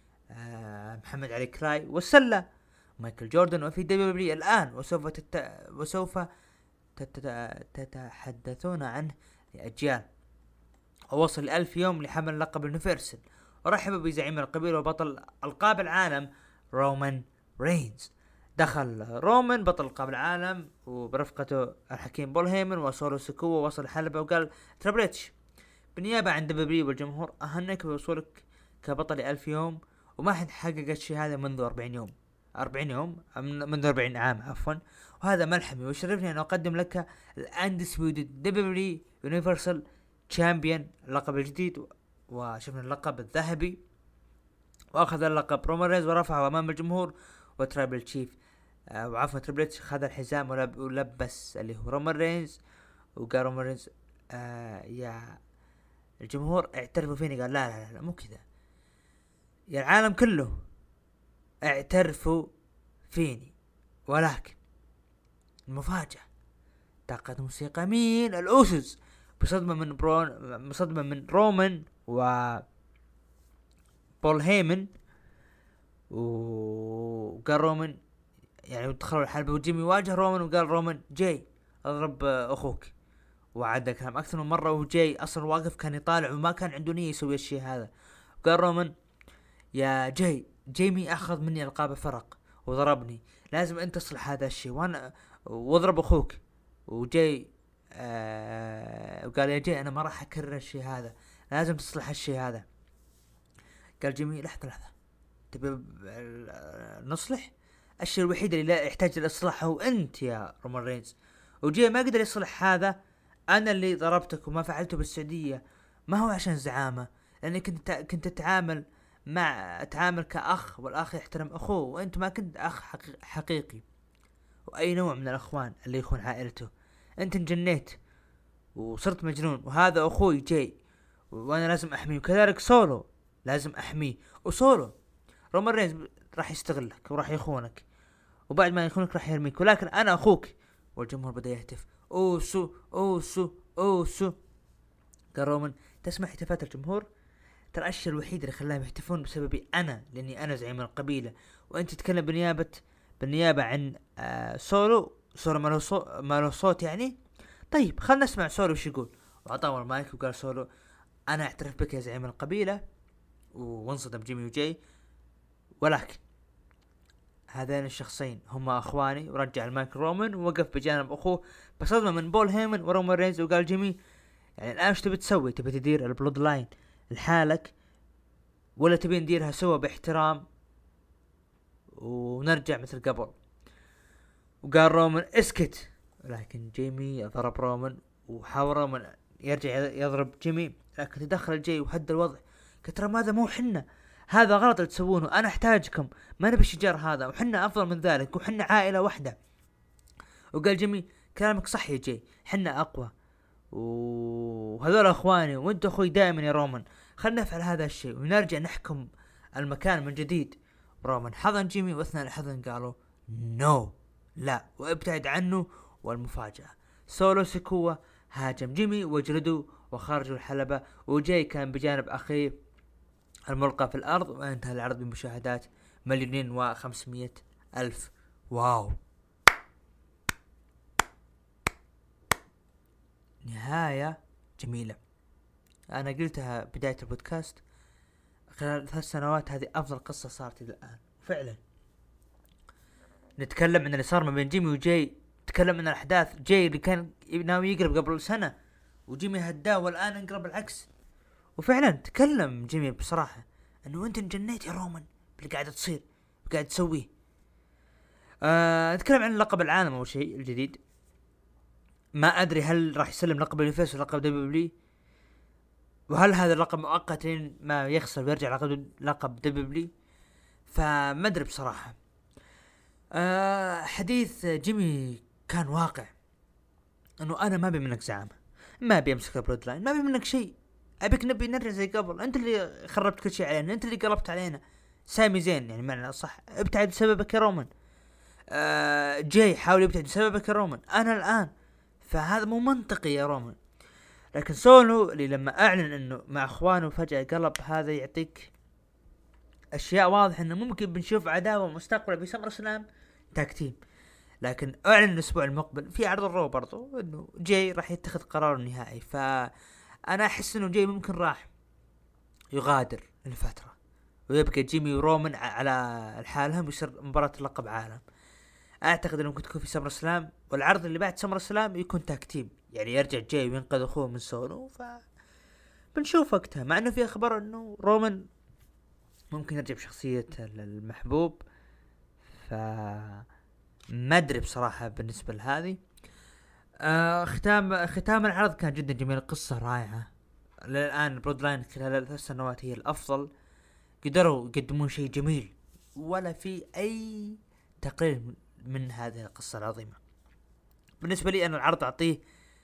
محمد علي كلاي، والسلة مايكل جوردن. وفي دبليو الآن وسوف تت... وسوف تت... تتحدثون عنه لأجيال. ووصل ألف يوم لحمل لقب اليونيفرسال، ورحب بزعيم القبيلة وبطل ألقاب العالم رومان رينز. دخل رومان بطل ألقاب العالم وبرفقته الحكيم بول هيمن وسولو سيكوا. وصل الحلبة وقال تريبل اتش بالنيابة عن دبليو والجمهور أهنك بوصولك كبطل ألف يوم، وما حد حقق الشيء هذا منذ أربعين يوم أربعين يوم منذ أربعين عام عفوا، وهذا ملحمي ويشرفني أن أقدم لك الأندسبيوتد دبليو يونيفرسال تشامبيون، اللقب الجديد. وشفنا اللقب الذهبي، واخذ اللقب رومان رينز ورفعه امام الجمهور وترابل تشيف آه وعفوا تريبل اتش خذ الحزام ولب ولبس اللي هو رومان رينز، وقال رومان رينز آه يا الجمهور اعترفوا فيني. قال لا لا لا مو كذا، يا العالم كله اعترفوا فيني، ولكن المفاجأة طاقة موسيقى مين؟ الأوسوس بصدمة من برون بصدمة من رومان و بول هيمن. وقال رومان يعني دخلوا الحلبة وجيمي واجه رومان وقال رومان جاي اضرب اخوك، وعاد كلام اكثر من مرة وجاي اصلا واقف كان يطالع وما كان عنده نية يسوي الشيء هذا. قال رومان يا جاي جيمي اخذ مني القاب فرق وضربني، لازم انت تصلح هذا الشيء وانا واضرب اخوك. وجاي آه وقال يا جاي انا ما راح اكرر الشيء هذا، لازم تصلح الشيء هذا. قال جيمي لحظة لحظة تبي نصلح؟ الشيء الوحيد اللي لا يحتاج الاصلاح هو انت يا رومان رينز، وجاي ما قدر يصلح هذا. انا اللي ضربتك وما فعلته بالسعودية ما هو عشان زعامة، لاني كنت كنت اتعامل مع اتعامل كاخ، والاخ يحترم اخوه، وانت ما كنت اخ حقيقي واي نوع من الاخوان اللي يخون عائلته. انت انجنيت وصرت مجنون، وهذا اخوي جاي وانا لازم احميه، وكذلك سولو لازم احميه. وسولو رومان رينز راح يستغلك وراح يخونك، وبعد ما يخونك راح يرميك، ولكن انا اخوك. والجمهور بدا يهتف اوسو اوسو اوسو. قال رومان تسمع هتافات الجمهور؟ ترى الشيء الوحيد اللي خلاهم يهتفون بسببي انا، لاني انا زعيم القبيله، وانت تتكلم بالنيابه بالنيابه عن آه سولو. سولو ما له صوت ما له صوت يعني. طيب خلنا نسمع سولو وش يقول. وعطاه المايك وقال سولو انا اعترف بك يا زعيم القبيله. وانصدم جيمي وجاي، ولكن هذين الشخصين هما اخواني. ورجع المايك رومان ووقف بجانب اخوه بصدمة من بول هيمن ورومان رينز. وقال جيمي يعني الان ايش تبي تسوي؟ تبي تدير البلود لاين لحالك ولا تبي نديرها سوا باحترام ونرجع مثل قبل؟ وقال رومان اسكت، لكن جيمي ضرب رومان وحاول رومان يرجع يضرب جيمي، لكن تدخل جاي وهد الوضع. كترى ماذا مو حنا هذا غلط اللي تسوونه، انا احتاجكم ما نبي الشجار هذا، وحنا افضل من ذلك، وحنا عائلة واحدة. وقال جيمي كلامك صح يا جاي، حنا اقوى وهذول اخواني وانت اخوي دائما يا رومان، خلنا نفعل هذا الشيء ونرجع نحكم المكان من جديد. رومان حضن جيمي، واثناء الحضن قالوا نو لا وابتعد عنه. والمفاجأة سولو سيكوا هاجم جيمي وجلده وخرجوا الحلبة، وجاي كان بجانب اخيه الملقى في الارض. وانتهى العرض بمشاهدات مليونين وخمسمية الف واو، نهاية جميلة. أنا قلتها بداية البودكاست، خلال ثلاث سنوات هذه أفضل قصة صارت إلى الآن فعلا. نتكلم عن اللي صار ما بين جيمي وجاي، نتكلم عن الأحداث، جاي اللي كان ناوي يقرب قبل سنة وجيمي هداه والآن انقرب العكس. وفعلا تكلم جيمي بصراحة انه انت انجنيت يا رومان باللي قاعد تصير قاعد تسويه. آه، نتكلم عن لقب العالم أول شيء الجديد. ما أدري هل راح يسلم لقب الفيس ولا لقب دبليو، وهل هذا اللقب مؤقت لين ما يخسر ويرجع لقب لقب دبليو، فما أدري بصراحة. آه، حديث جيمي كان واقع، انه انا ما ابي منك زعامة، ما ابي امسك البلود لاين، ما ابي منك شيء، ابيك نبي نرجع زي قبل. انت اللي خربت كل شيء علينا، انت اللي قلبت علينا. سامي زين يعني معنى صح ابتعد بسببك يا رومان. آه، جاي حاول يبتعد بسببك يا رومان. انا الان فهذا مو منطقي يا رومان. لكن سولو اللي لما اعلن انه مع اخوانه فجأة قلب، هذا يعطيك اشياء واضحة انه ممكن بنشوف عداوة مستقبلا بسمر سلام تاكتيم. لكن اعلن الاسبوع المقبل في عرض الرو برضو انه جاي راح يتخذ قراره النهائي. فانا احس انه جاي ممكن راح يغادر لفترة ويبقى جيمي ورومان على الحالهم، ويصير مباراة لقب عالم. اعتقد انه ممكن تكون في سمر سلام، والعرض اللي بعد سمر سلام يكون تاكتيم، يعني يرجع جاي وينقذ اخوه من سولو. ف بنشوف وقتها، مع انه في اخبار انه رومان ممكن يرجع بشخصية المحبوب. ف ما ادري بصراحة بالنسبة لهذه. آه، ختام ختام العرض كان جدا جميل، قصة رائعة. للآن برود لاين خلال الثلاث سنوات هي الأفضل، قدروا يقدمون شيء جميل ولا في أي تقليل من هذه القصة العظيمة. بالنسبة لي أنا العرض أعطيه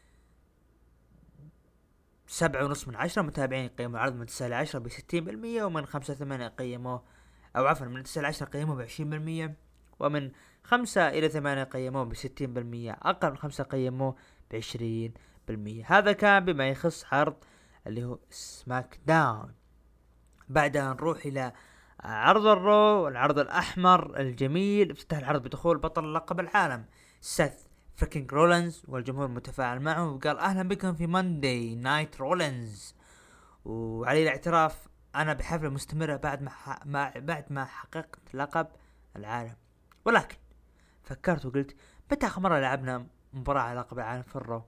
سبعة ونص من عشرة. متابعين قيموا العرض من تسعة لعشرة بستين بالمية، ومن خمسة ثمانية قيموه، أو عفوا من تسعة لعشرة قيموه بعشرين بالمية، ومن خمسة إلى ثمانية قيموه بستين بالمية، أقل من خمسة قيموه بعشرين بالمية. هذا كان بما يخص عرض اللي هو سماك داون. بعدها نروح إلى عرض الرو، العرض الأحمر الجميل. افتتح العرض بدخول بطل لقب العالم سيث فريكينج رولينز، والجمهور متفاعل معه وقال أهلا بكم في ماندي نايت رولينز. وعلي الاعتراف أنا بحفلة مستمرة بعد ما, ح... ما بعد ما حققت لقب العالم. ولكن فكرت وقلت متى آخر مرة لعبنا مباراة على لقب العالم في الرو؟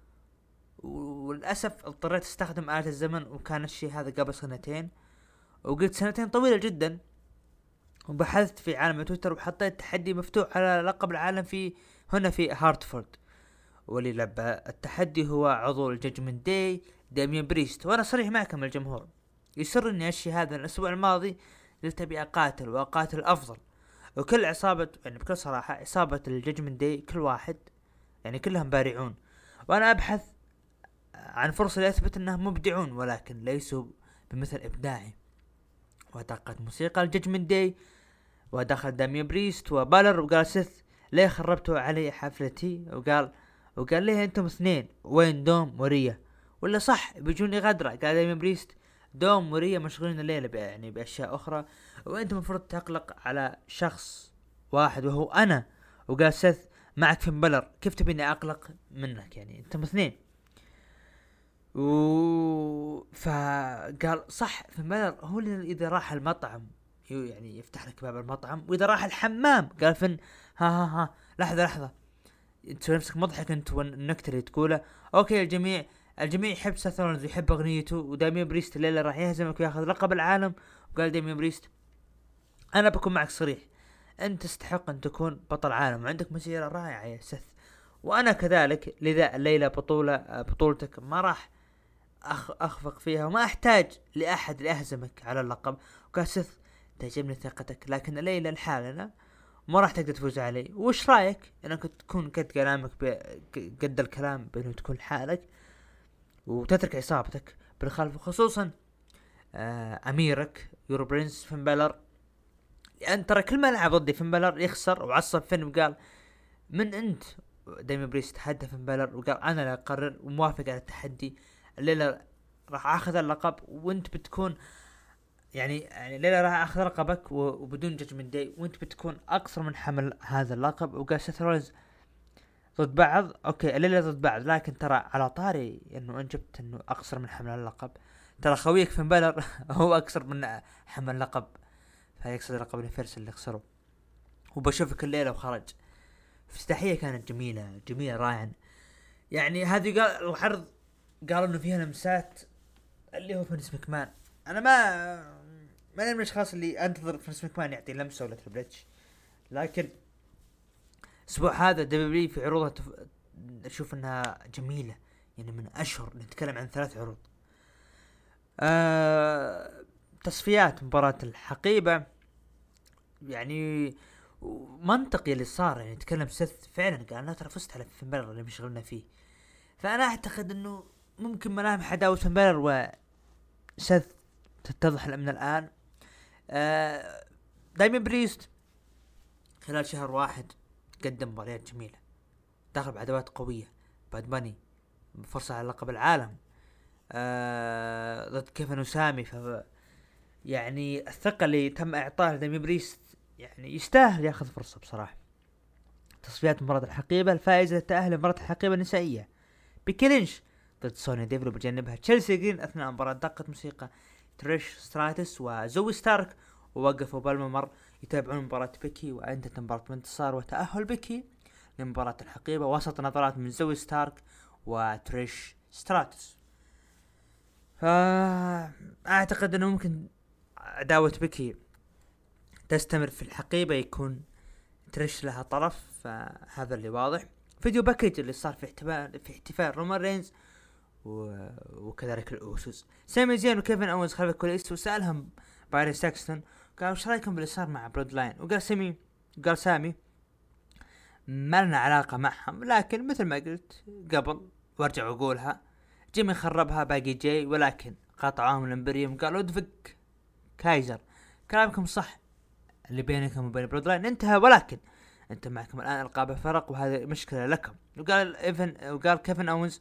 وللأسف اضطريت استخدم آلة الزمن، وكان الشيء هذا قبل سنتين، وقلت سنتين طويلة جدا. وبحثت في عالم تويتر وحطيت تحدي مفتوح على لقب العالم في هنا في هارتفورد، واللي لعب التحدي هو عضو الجاجمنت داي داميان بريست. وانا صريح معكم الجمهور، يسرني الشيء هذا. الاسبوع الماضي قلت ابي اقاتل واقاتل افضل، وكل عصابة يعني بكل صراحة عصابة الجاجمنت داي كل واحد يعني كلهم بارعون، وانا ابحث عن فرصة لأثبت انهم مبدعون ولكن ليسوا بمثل ابداعي. ودقت موسيقى الجاجمنت داي، ودخل داميان بريست وبالر، وقال سيث ليه خربتوا علي حفلتي؟ وقال وقال ليه انتم اثنين وين دوم وريا؟ ولا صح بيجوني غدرة؟ قال داميان بريست دوم وريا مشغولين الليلة يعني بأشياء أخرى، وأنت مفروض تقلق على شخص واحد وهو أنا. وقال سيث معك فين بلر، كيف تبيني أقلق منك يعني أنتم اثنين؟ و فقال صح فين بلر هو اللي إذا راح المطعم يعني يفتح لك باب المطعم، وإذا راح الحمام قال فين ها ها ها لحظة لحظة انت نفسك مضحك انت والنكتة اللي تقوله. اوكي الجميع الجميع يحب سيث رولينز ويحب اغنيته، وداميان بريست الليلة راح يهزمك وياخذ لقب العالم. وقال داميان بريست انا بكون معك صريح، انت تستحق ان تكون بطل عالم وعندك مسيرة رائعة يا سيث، وانا كذلك، لذا الليلة بطولة بطولتك ما راح أخ اخفق فيها وما احتاج لاحد لأهزمك على اللقب. وقال سيث تعجبني ثقتك، لكن الليلة لحالنا ما راح تقدر تفوز علي. وش رايك انك تكون قد كلامك قد الكلام بانه تكون حالك وتترك عصابتك بالخلف، خصوصا آه اميرك يورو برنس فين بالر، لان ترى كل ما لعب ضدي فين بالر يخسر. وعصب فين وقال من انت؟ دايما بريست تحدى فين بالر وقال انا لا اقرر وموافق على التحدي، الليله راح اخذ اللقب وانت بتكون يعني يعني ليلى راح اخذ لقبك وبدون جاجمنت داي وانت بتكون اقصر من حمل هذا اللقب. وقال سيث رولينز ضد بعض، اوكي الليلة ضد بعض، لكن ترى على طاري انه انت جبت انه اقصر من حمل اللقب، ترى خويك فين بالر هو اقصر من حمل اللقب، فيقصد لقب الفيرس اللي خسره. وبشوفك الليلة وخرج. افتتاحية كانت جميلة جميلة رائعا. يعني هذه قال العرض قالوا انه فيها لمسات اللي هو فينس مكمان. انا ما ما من الاشخاص اللي انتظر فينس مكمان يعطي لمسة ولا تريبل اتش، لكن الاسبوع هذا دبليو في عروضها تف... اشوف انها جميلة. يعني من اشهر نتكلم عن ثلاث عروض. آه... تصفيات مباراة الحقيبة، يعني منطقي اللي صار. يعني نتكلم سيث فعلا قال انا ترى فزت على فين بالر اللي مشغلنا فيه، فانا اعتقد انه ممكن ملامح عداوة فين بالر وسيث تتضح من الان. آه... دايمن بريست خلال شهر واحد قدم مباريات جميلة، دخل بعدوات قوية. باد باني فرصة على لقب العالم آه ضد كيفن وسامي. ف يعني الثقة اللي تم اعطاها لدايمن بريست يعني يستاهل ياخذ فرصة بصراحة. تصفيات مباراة الحقيبة، الفائزة تأهل لمباراة الحقيبة النسائية بيكي لينش ضد سونيا ديفل، وبجانبها تشيلسي جرين اثناء مباراة دقت موسيقى تريش ستراتس وزوي ستارك، ووقفوا بالممر يتابعون مباراة بيكي، وانتهت مباراة بانتصار وتأهل بيكي لمباراة الحقيبة وسط نظرات من زوي ستارك وتريش ستراتس. فأعتقد أنه ممكن عداوة بيكي تستمر في الحقيبة، يكون تريش لها طرف، فهذا اللي واضح. فيديو باكيج اللي صار في احتفال في احتفال رومان رينز و... وكذلك الأوسوس. سامي زين وكيفن أوينز خلف الكواليس، وسألهم باري ساكستون قال وش رايكم باللي صار مع برود لاين، وقال سامي قال سامي ما لنا علاقة معهم، لكن مثل ما قلت قبل وارجع اقولها جيمي خربها باقي جاي، ولكن قاطعوهم الامبريوم قالوا ادفك كايزر. كلامكم صح، اللي بينكم وبين برود لاين انتهى، ولكن انت معكم الان القاب فرق وهذه مشكلة لكم. وقال ايفن وقال كيفن اونز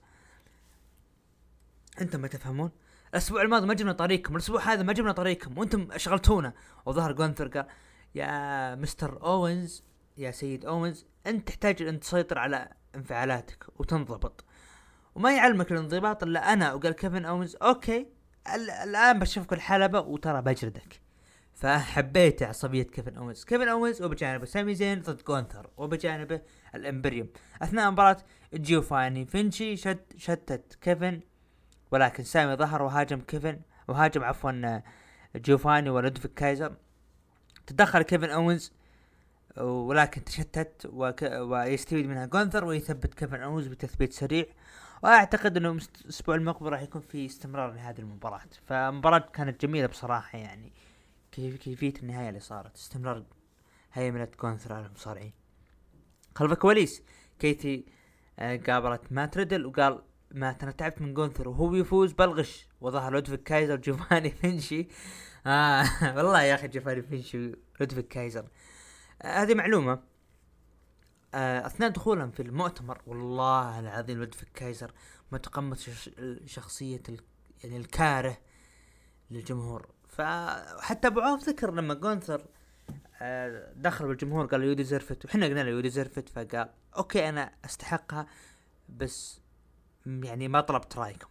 انتم ما تفهمون، الاسبوع الماضي ما جبنا طريقكم، الاسبوع هذا ما جبنا طريقكم وانتم اشغلتونا. وظهر جونثر قال يا مستر اوينز يا سيد اوينز انت تحتاج ان تسيطر على انفعالاتك وتنضبط، وما يعلمك الانضباط الا انا. وقال كيفن اوينز اوكي الان بشوفك الحلبة وترى بجردك. فحبيت عصبية كيفن اوينز. كيفن اوينز وبجانبه سامي زين ضد جونثر، وبجانبه الامبريوم. اثناء مباراة جيوفاني فينشي شت شتت كيفن، ولكن سامي ظهر وهاجم كيفن وهاجم عفوا جيوفاني ولودفيك كايزر. تدخل كيفن اوينز ولكن تشتت وك... ويستفيد منها جونثر ويثبت كيفن اوينز بتثبيت سريع. واعتقد انه الاسبوع المقبل راح يكون في استمرار لهذه المباراة. فمباراة كانت جميلة بصراحة، يعني كيف كيفية النهاية اللي صارت، استمرار هيمنة جونثر على المصارعين. خلف الكواليس كيتي قابلت مات ريدل وقال ما انا تعبت من جونثر وهو يفوز بلغش. وظهر لودفيك كايزر جوفاني فينشي. آه والله يا اخي جوفاني فينشي لودفيك كايزر. آه هذه معلومة. آه اثناء دخولهم في المؤتمر والله العظيم لودفيك كايزر متقمص شخصية يعني الكاره للجمهور. فحتى ابو عوف ذكر لما جونثر آه دخل بالجمهور قال يو ديزيرفت، وحنا قلنا له يو ديزيرفت، فقال اوكي انا استحقها بس يعني ما طلبت رايكم.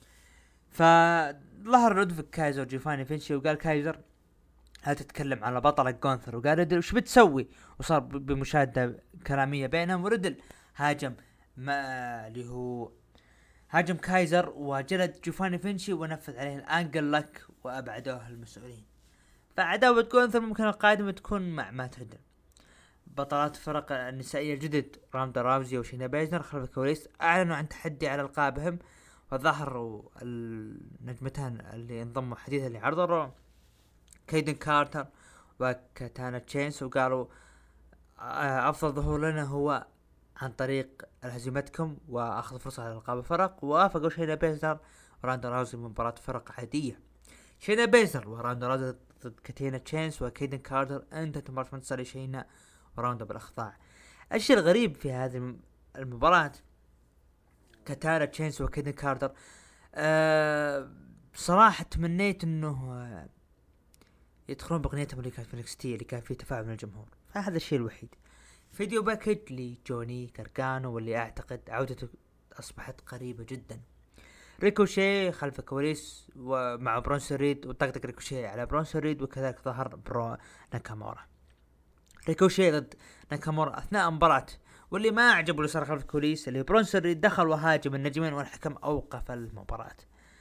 فظهر لودفيك كايزر جيفاني فينشي وقال كايزر هل تتكلم على بطلة جونثر؟ وقال ريدل وش بتسوي؟ وصار بمشادة كلامية بينهم، وريدل هاجم ما اللي هو هاجم كايزر وجلد جيفاني فينشي ونفذ عليه الانجل لك وابعدوه المسؤولين. فعداوة جونثر ممكن القادمة تكون مع مات ريدل. بطلات فرق النسائية الجدد رامدا راوزي وشينا بيزنر خلف الكواليس اعلنوا عن تحدي على القابهم، وظهروا النجمتان اللي انضموا حديثا لعرض الرو كايدن كارتر وكاتانا تشينس، وقالوا افضل ظهور لنا هو عن طريق هزيمتكم واخذ فرصة على القاب فرق. ووافقوا شينا بيزنر ورامدا راوزي مباراة فرق عادية. شينا بيزنر ورامدا راوزي ضد كاتانا تشينس وكايدن كارتر انتهت مباراة منتصر شينا ورامدا بالاخضاع. الشيء الغريب في هذه المباراة كاتانا تشينس وكايدن كارتر أه بصراحة تمنيت انه يدخلون باغنيتهم اللي كانت في نكستي اللي كان فيه تفاعل من الجمهور. فهذا الشيء الوحيد. فيديو باكج لجوني كاركانو واللي اعتقد عودته اصبحت قريبة جدا. ريكوشي خلف الكواليس ومع برونسون ريد وطقطق ريكوشي على برونسون ريد، وكذلك ظهر برو ناكامورا. ريكوشي ضد ناكامورا اثناء مباراة، واللي ما اعجبه اللي صار خلف الكواليس اللي برونسون ريد دخل وهاجم النجمين والحكم اوقف المباراة.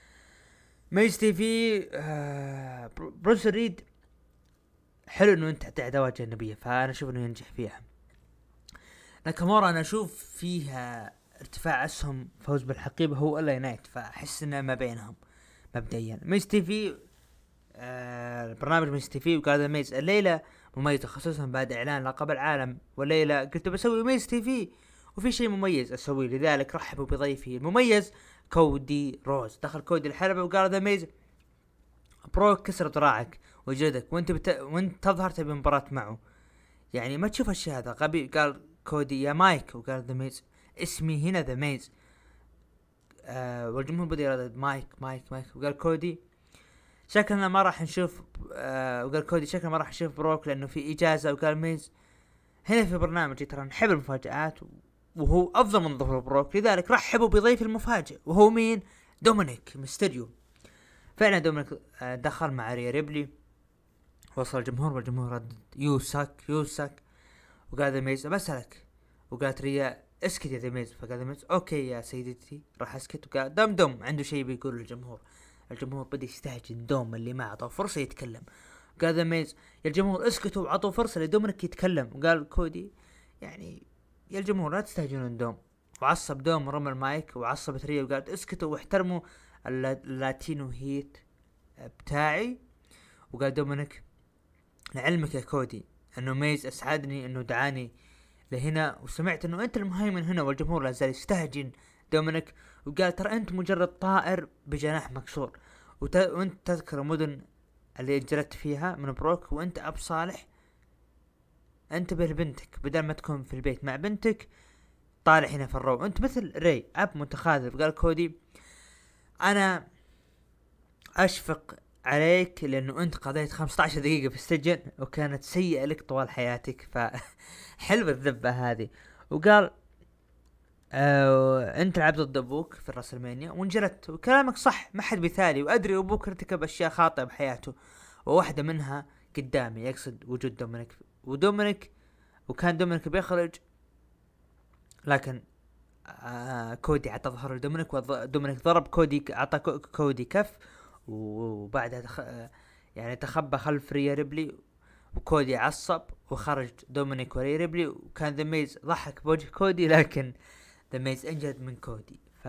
ميز تي في آه برونسون ريد حلو انه انت تعطي عداوات جانبية، فانا اشوف انه ينجح فيها. ناكامورا انا اشوف فيها ارتفاع اسهم فوز بالحقيبة هو الا ينايت، فاحس انه ما بينهم مبدئيا. ميز تي في آه برنامج ميز تي في وقال ميز الليلة مميزة خصوصا بعد اعلان لقب العالم، والليلة قلت بسوي ميز تي في وفي شيء مميز اسويه، لذلك رحبوا بضيفي المميز كودي روز. دخل كودي الحلبة وقال ذا ميز بروك كسر ذراعك وجلدك وانت بت... وانت تظهر تبي مباراة معه، يعني ما تشوف الشيء هذا غبي. قال كودي يا مايك، وقال ذا ميز اسمي هنا ذا ميز. آه والجمهور بدأ يردد مايك مايك مايك، وقال كودي شكلنا ما راح نشوف آه وقال كودي شكلنا ما راح نشوف بروك لانه في اجازة. وقال ميز هنا في برنامجي ترى نحب المفاجآت وهو افضل من ظهور بروك، لذلك رحبوا بضيف المفاجئ وهو مين؟ دومينيك ميستيريو. فعلا دومينيك آه دخل مع ريا ريبلي، وصل الجمهور والجمهور رد يوسك يوسك. وقال ذا ميز بسألك، وقالت ريا اسكت يا ذا ميز. فقال ذا ميز اوكي يا سيدتي راح اسكت. وقال دم دم عنده شيء بيقول للجمهور. الجمهور بدأ يستهجن دوم اللي ما عطوا فرصة يتكلم. قال ذا ميز يا الجمهور اسكتوا وعطوا فرصة لدومينيك يتكلم. وقال كودي يعني يا الجمهور لا تستهجنون دوم. وعصب دوم رمى المايك، وعصبت ريا وقالت اسكتوا واحترموا اللاتينو هيت بتاعي. وقال دومينيك لعلمك يا كودي انه ميز اسعدني انه دعاني لهنا وسمعت انه انت المهيمن هنا. والجمهور لازال يستهجن دومينيك، وقال ترى انت مجرد طائر بجناح مكسور وت... وانت تذكر مدن اللي انجلت فيها من بروك، وانت اب صالح انتبه لبنتك بدل ما تكون في البيت مع بنتك طالع هنا في الرو. انت مثل ري اب متخاذل. قال كودي انا اشفق عليك لانه انت قضيت خمسة عشر دقيقة في السجن وكانت سيئة لك طوال حياتك، فحلوة الذبة هذه. وقال آه انت لعبت ضد ابوك في الراسلمانيا وانجلت، وكلامك صح ما حد مثالي، وادري ابوك ارتكب اشياء خاطئة بحياته وواحدة منها قدامي، يقصد وجود دومينيك. ودومينيك وكان دومينيك بيخرج لكن آه كودي عطى ظهر لدومينيك، ودومينيك ضرب كودي، عطى كودي كف، وبعدها تخ... يعني تخبى خلف ريا ريبلي، وكودي عصب وخرج دومينيك وريا ريبلي. وكان ذا ميز ضحك بوجه كودي لكن ذا ميز انجد من كودي. ف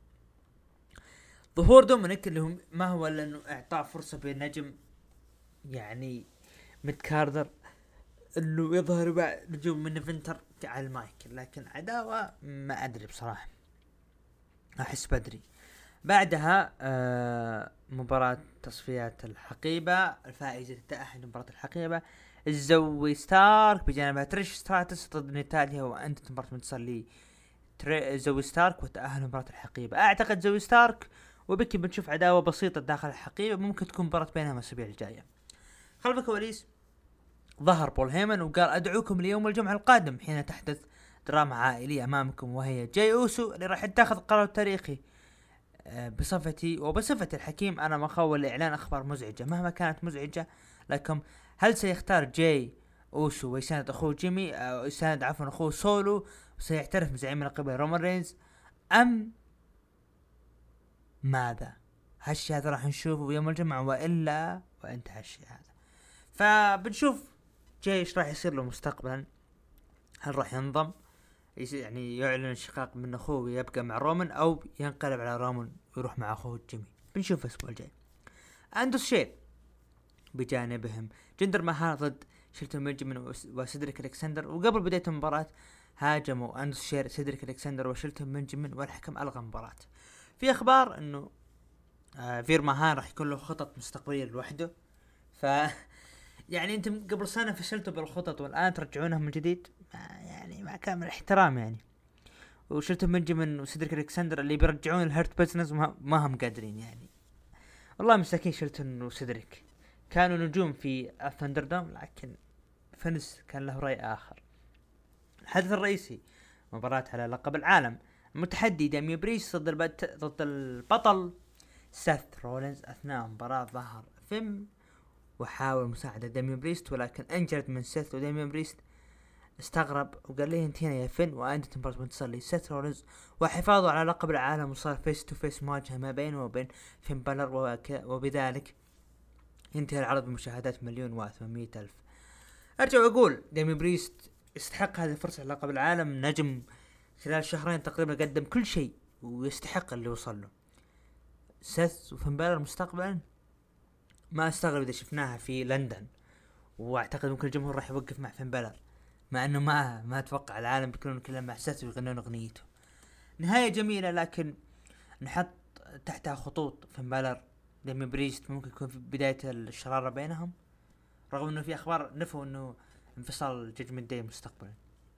ظهور دومينيك اللي هم ما هو الا انه اعطاء فرصة بالنجم يعني متكاردر انه يظهر مع نجوم من فينتر على المايك، لكن عداوة ما ادري بصراحة، احس بدري. بعدها آه مباراة تصفيات الحقيبة، الفائزة تتأهل لمباراة الحقيبة زوي ستارك بجانبها تريش ستراتس ضد نيتاليا، وانت مباراة منتصر لي زوي ستارك وتأهل لمباراة الحقيبة. اعتقد زوي ستارك وبكي بنشوف عداوة بسيطة داخل الحقيبة، ممكن تكون مباراة بينهم الاسابيع الجاية. خلف الكواليس ظهر بول هيمن وقال ادعوكم ليوم الجمعة القادم حين تحدث دراما عائلية امامكم، وهي جاي اوسو اللي راح يتخذ قرار تاريخي. بصفتي وبصفتي الحكيم انا مخول لاعلان اخبار مزعجة مهما كانت مزعجة لكم. هل سيختار جاي اوسو ويساند اخوه جيمي او يساند عفوا اخوه سولو وسيعترف بزعيم القبيلة رومان رينز ام ماذا؟ هالشي هذا راح نشوفه يوم الجمعة والا وانتهى الشيء هذا. فبنشوف جاي ايش راح يصير له مستقبلا، هل راح ينضم يعني يعلن انشقاق من اخوه ويبقى مع رومان او ينقلب على رومان ويروح مع اخوه جيمي. بنشوف الاسبوع الجاي. اندوس شير بجانبهم جندر مهار ضد شيلتون بنجامين وسيدريك الكسندر، وقبل بداية المباراة هاجموا اندوس شير سيدريك الكسندر وشيلتون بنجامين والحكم الغى المباراة. في اخبار انه آه فير مهار راح يكون له خطط مستقبلية لوحده، ف يعني انتم قبل سنة فشلتوا بالخطط والان ترجعونها من جديد، يعني مع كامل احترام يعني. وشلتم بنجامين وسيدريك الكسندر اللي بيرجعون الهيرت بيزنس ما هم قادرين يعني، والله مساكين شلتون وسيدريك كانوا نجوم في الثندردوم، لكن فنس كان له رأي آخر. الحدث الرئيسي مباراة على لقب العالم، المتحدي دامي بريست ضد البت... ضد البطل سيث رولينز. أثناء مباراة ظهر فيم وحاول مساعدة دامي بريست، ولكن انجلت من سيث، ودامي بريست استغرب وقال لي انت هنا يا فين وانت مباراة منتصر لي سيث رولينز وحفاظه على لقب العالم، وصار فيس تو فيس مواجهة ما بينه وبين فين بالر، وك... وبذلك ينتهي العرض بمشاهدات مليون وثمانمائة ألف. أرجع وأقول دامي بريست يستحق هذه الفرصة على لقب العالم، نجم خلال شهرين تقريبا قدم كل شيء ويستحق اللي وصل له. سيث وفين بالر مستقبلا ما استغرب إذا شفناها في لندن، واعتقد ممكن الجمهور راح يوقف مع فين بالر، مع انه ما ما اتوقع العالم بيكونون كلهم مع سيث ويغنون اغنيته. نهاية جميلة، لكن نحط تحتها خطوط. فين بالر دامي بريست ممكن يكون في بداية الشرارة بينهم، رغم انه في اخبار نفوا انه انفصال جاجمنت داي مستقبلا.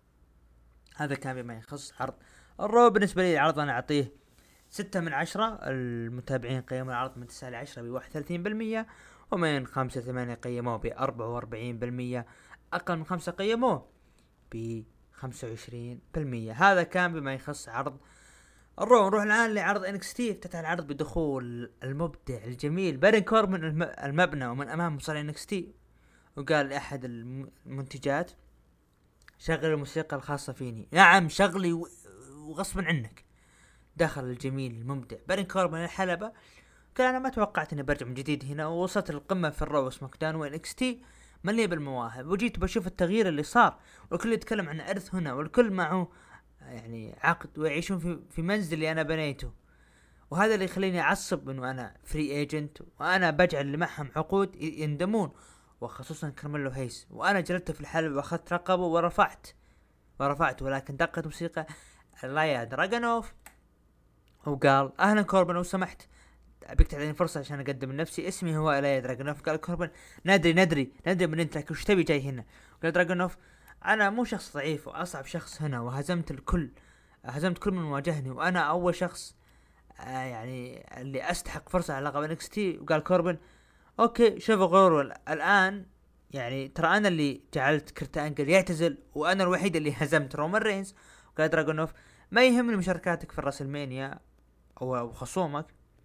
هذا كان بما يخص عرض الرو. بالنسبة لي العرض انا اعطيه ستة من عشرة. المتابعين قيموا العرض من تسعة لعشرة بواحد وثلاثين بالمية، ومن خمسة ثمانية قيموه بأربعة وأربعين بالمية، أقل من خمسة قيموه بخمسة وعشرين بالمية. هذا كان بما يخص عرض الرو. نروح الآن لعرض إن إكس تي. افتتح العرض بدخول المبدع الجميل بارين كوربن المبنى ومن أمام مصارع إن إكس تي، وقال لأحد المنتجات شغل الموسيقى الخاصة فيني. نعم شغلي وغصبا عنك. دخل الجميل المبدع بارين كوربن الحلبة، قال أنا ما توقعت أني برجع من جديد هنا، ووصلت القمة في الرو وسماك داون وإن إكس تي مليء بالمواهب، وجيت بشوف التغيير اللي صار، والكل يتكلم عن إرث هنا، والكل معه يعني عقد ويعيشون في في منزلي أنا بنيته، وهذا اللي يخليني أعصب إنه أنا فري ايجنت، وأنا بجعل اللي معهم عقود يندمون، وخصوصا كارميلو هيس، وأنا جلدته في الحلبة وأخذت رقبه ورفعت ورفعت ولكن دقت موسيقى لايا دراغونوف وقال أهلا كوربن لو سمحت أبيك تعطيني فرصة عشان أقدم نفسي، اسمي هو لايا دراغونوف. قال كوربن ندري ندري ندري من أنت، لكن وش تبي جاي هنا؟ قال دراغونوف أنا مو شخص ضعيف وأصعب شخص هنا، وهزمت الكل، هزمت كل من واجهني، وأنا أول شخص آه يعني اللي أستحق فرصة على لقب إن إكس تي. وقال كوربن أوكي شوفوا غرور الآن، يعني ترى أنا اللي جعلت كرت أنجل يعتزل، وأنا الوحيد اللي هزمت رومان رينز. وقال دراغونوف ما يهمني مشاركاتك في الراسلمانيا أو خصومك،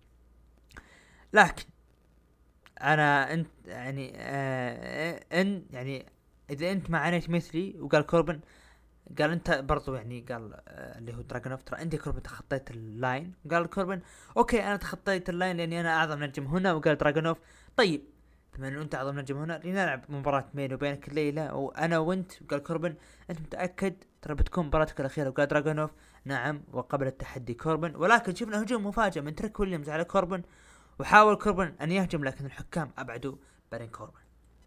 لكن أنا أنت يعني آه أن يعني إذا أنت ما عانيت مثلي. وقال كوربن قال أنت برضو يعني قال آه اللي هو دراغونوف ترى أنت كوربن تخطيت اللاين. قال كوربن أوكي أنا تخطيت اللاين لأني أنا أعظم نجم هنا. وقال دراغونوف طيب بما أنه أنت أعظم نجم هنا لنلعب مباراة بيني وبينك الليلة وأنا وأنت. وقال كوربن أنت متأكد ترى بتكون مباراتك الأخيرة؟ وقال دراغونوف نعم، وقبل التحدي كوربن، ولكن شفنا هجوم مفاجئ من تريك ويليامز على كوربن، وحاول كوربن أن يهجم لكن الحكام أبعدوا بارين كوربن.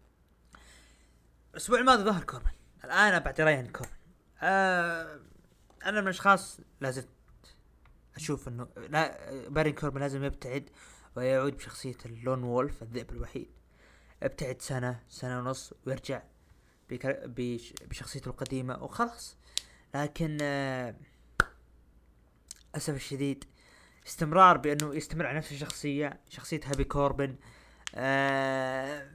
الأسبوع الماضي ظهر كوربن، الآن أبعد رأيي عن كوربن. آه أنا من الأشخاص لازم أشوف أنه لا بارين كوربن لازم يبتعد ويعود بشخصية اللون وولف الذئب الوحيد. ابتعد سنة سنة ونص ويرجع بش بشخصيته القديمة وخلاص. لكن آه أسف الشديد استمرار بأنه يستمر على نفس الشخصية، شخصية هابي كوربن، آه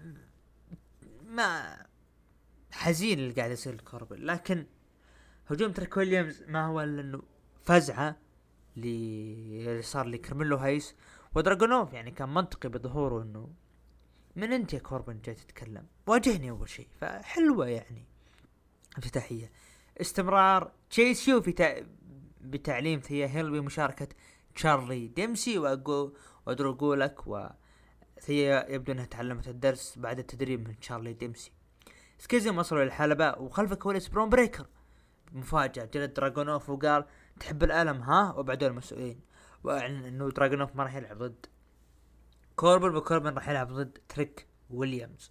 ما حزين اللي قاعد يصير كوربن. لكن هجوم تريك ويليامز ما هو إلا إنه فزعة اللي صار لكارميلو هايس ودراغونوف. يعني كان منطقي بظهوره إنه من أنت يا كوربن جاي تتكلم، واجهني أول شيء. فحلوة يعني افتتاحية. استمرار تشيس يو في تع... بتعليم ثيا هيل بمشاركة تشارلي ديمسي وأقو ودرو جولك، وثيا يبدو أنها تعلمت الدرس بعد التدريب من تشارلي ديمسي. سكيزم وصلوا للحلبة وخلف كواليس برون بريكر مفاجأة جلد دراغونوف وقال تحب الألم ها، وبعدوا المسؤولين وأعلن أنه دراغونوف ما راح يلعب ضد كوربن، وكوربن راح يلعب ضد تريك ويليامز.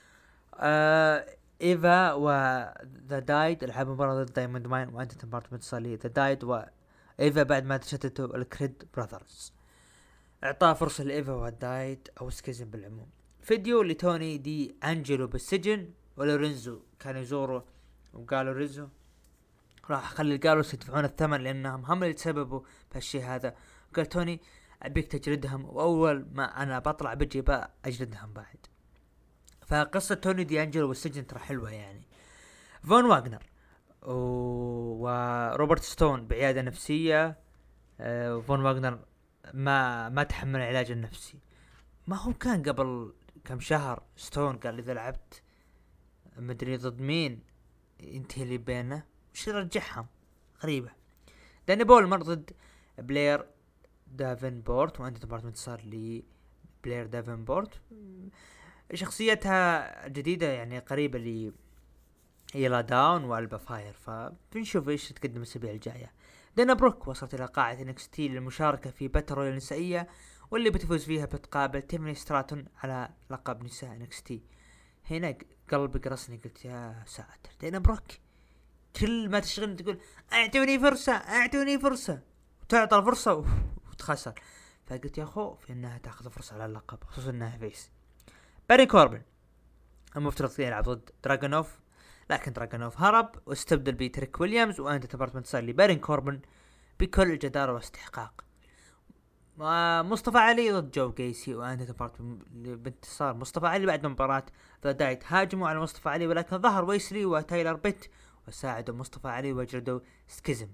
آه إيفا وذا دايد لعبوا مباراة ضد دايموند ماين وأنت مباراة متصالية ذا دايد وإيفا بعد ما تشتتوا الكريد براذرز. اعطاه فرصة لإيفا والدايد أو سكيزم بالعموم. فيديو لتوني دي أنجلو بالسجن ولورينزو كان يزوره، وقالوا رينزو راح خلي الجالوس يدفعون الثمن لأنهم هم اللي تسببوا في الشيء هذا. وقال توني أبيك تجلدهم، وأول ما أنا بطلع بجي بقى أجلدهم بعد. فقصة توني دي انجلو والسجن ترى حلوة يعني. فون واغنر وروبرت ستون بعيادة نفسية. آه فون واغنر ما ما تحمل العلاج النفسي. ما هو كان قبل كم شهر ستون قال اذا لعبت مدري ضد مين ينتهي اللي بيننا، وش يرجعهم؟ غريبة. داني بولمر ضد بلاير دافنبورت، وانت ديبارتمنت صار لي بلاير دافنبورت، شخصيتها جديدة يعني قريبة لي يلا داون والبا فاير، فبنشوف ايش تقدم الاسابيع الجاية. دانا بروك وصلت الى قاعة انكستي للمشاركة في باتل رويال النسائية، واللي بتفوز فيها بتقابل تيمني ستراتون على لقب نساء انكستي. هنا قلبي قرصني، قلت يا ساتر، دانا بروك كل ما تشغلني تقول اعطوني فرصة اعطوني فرصة، وتعطى الفرصة وتخسر. فقلت يا خوف انها تاخذ فرصة على اللقب، خصوصا انها فيس. باري كوربن المفترض يلعب ضد دراغونوف، لكن دراغونوف هرب واستبدل بتريك ويليامز، وانت ديبارتمنت صار لباري كوربن بكل جدارة واستحقاق. مصطفى علي ضد جو جيسي، وانت ديبارتمنت بانتصار مصطفى علي بعد مباراة ذا دايت. هاجموا على مصطفى علي ولكن ظهر ويسلي وتايلر بيت وساعدوا مصطفى علي وجلدوا سكيزم.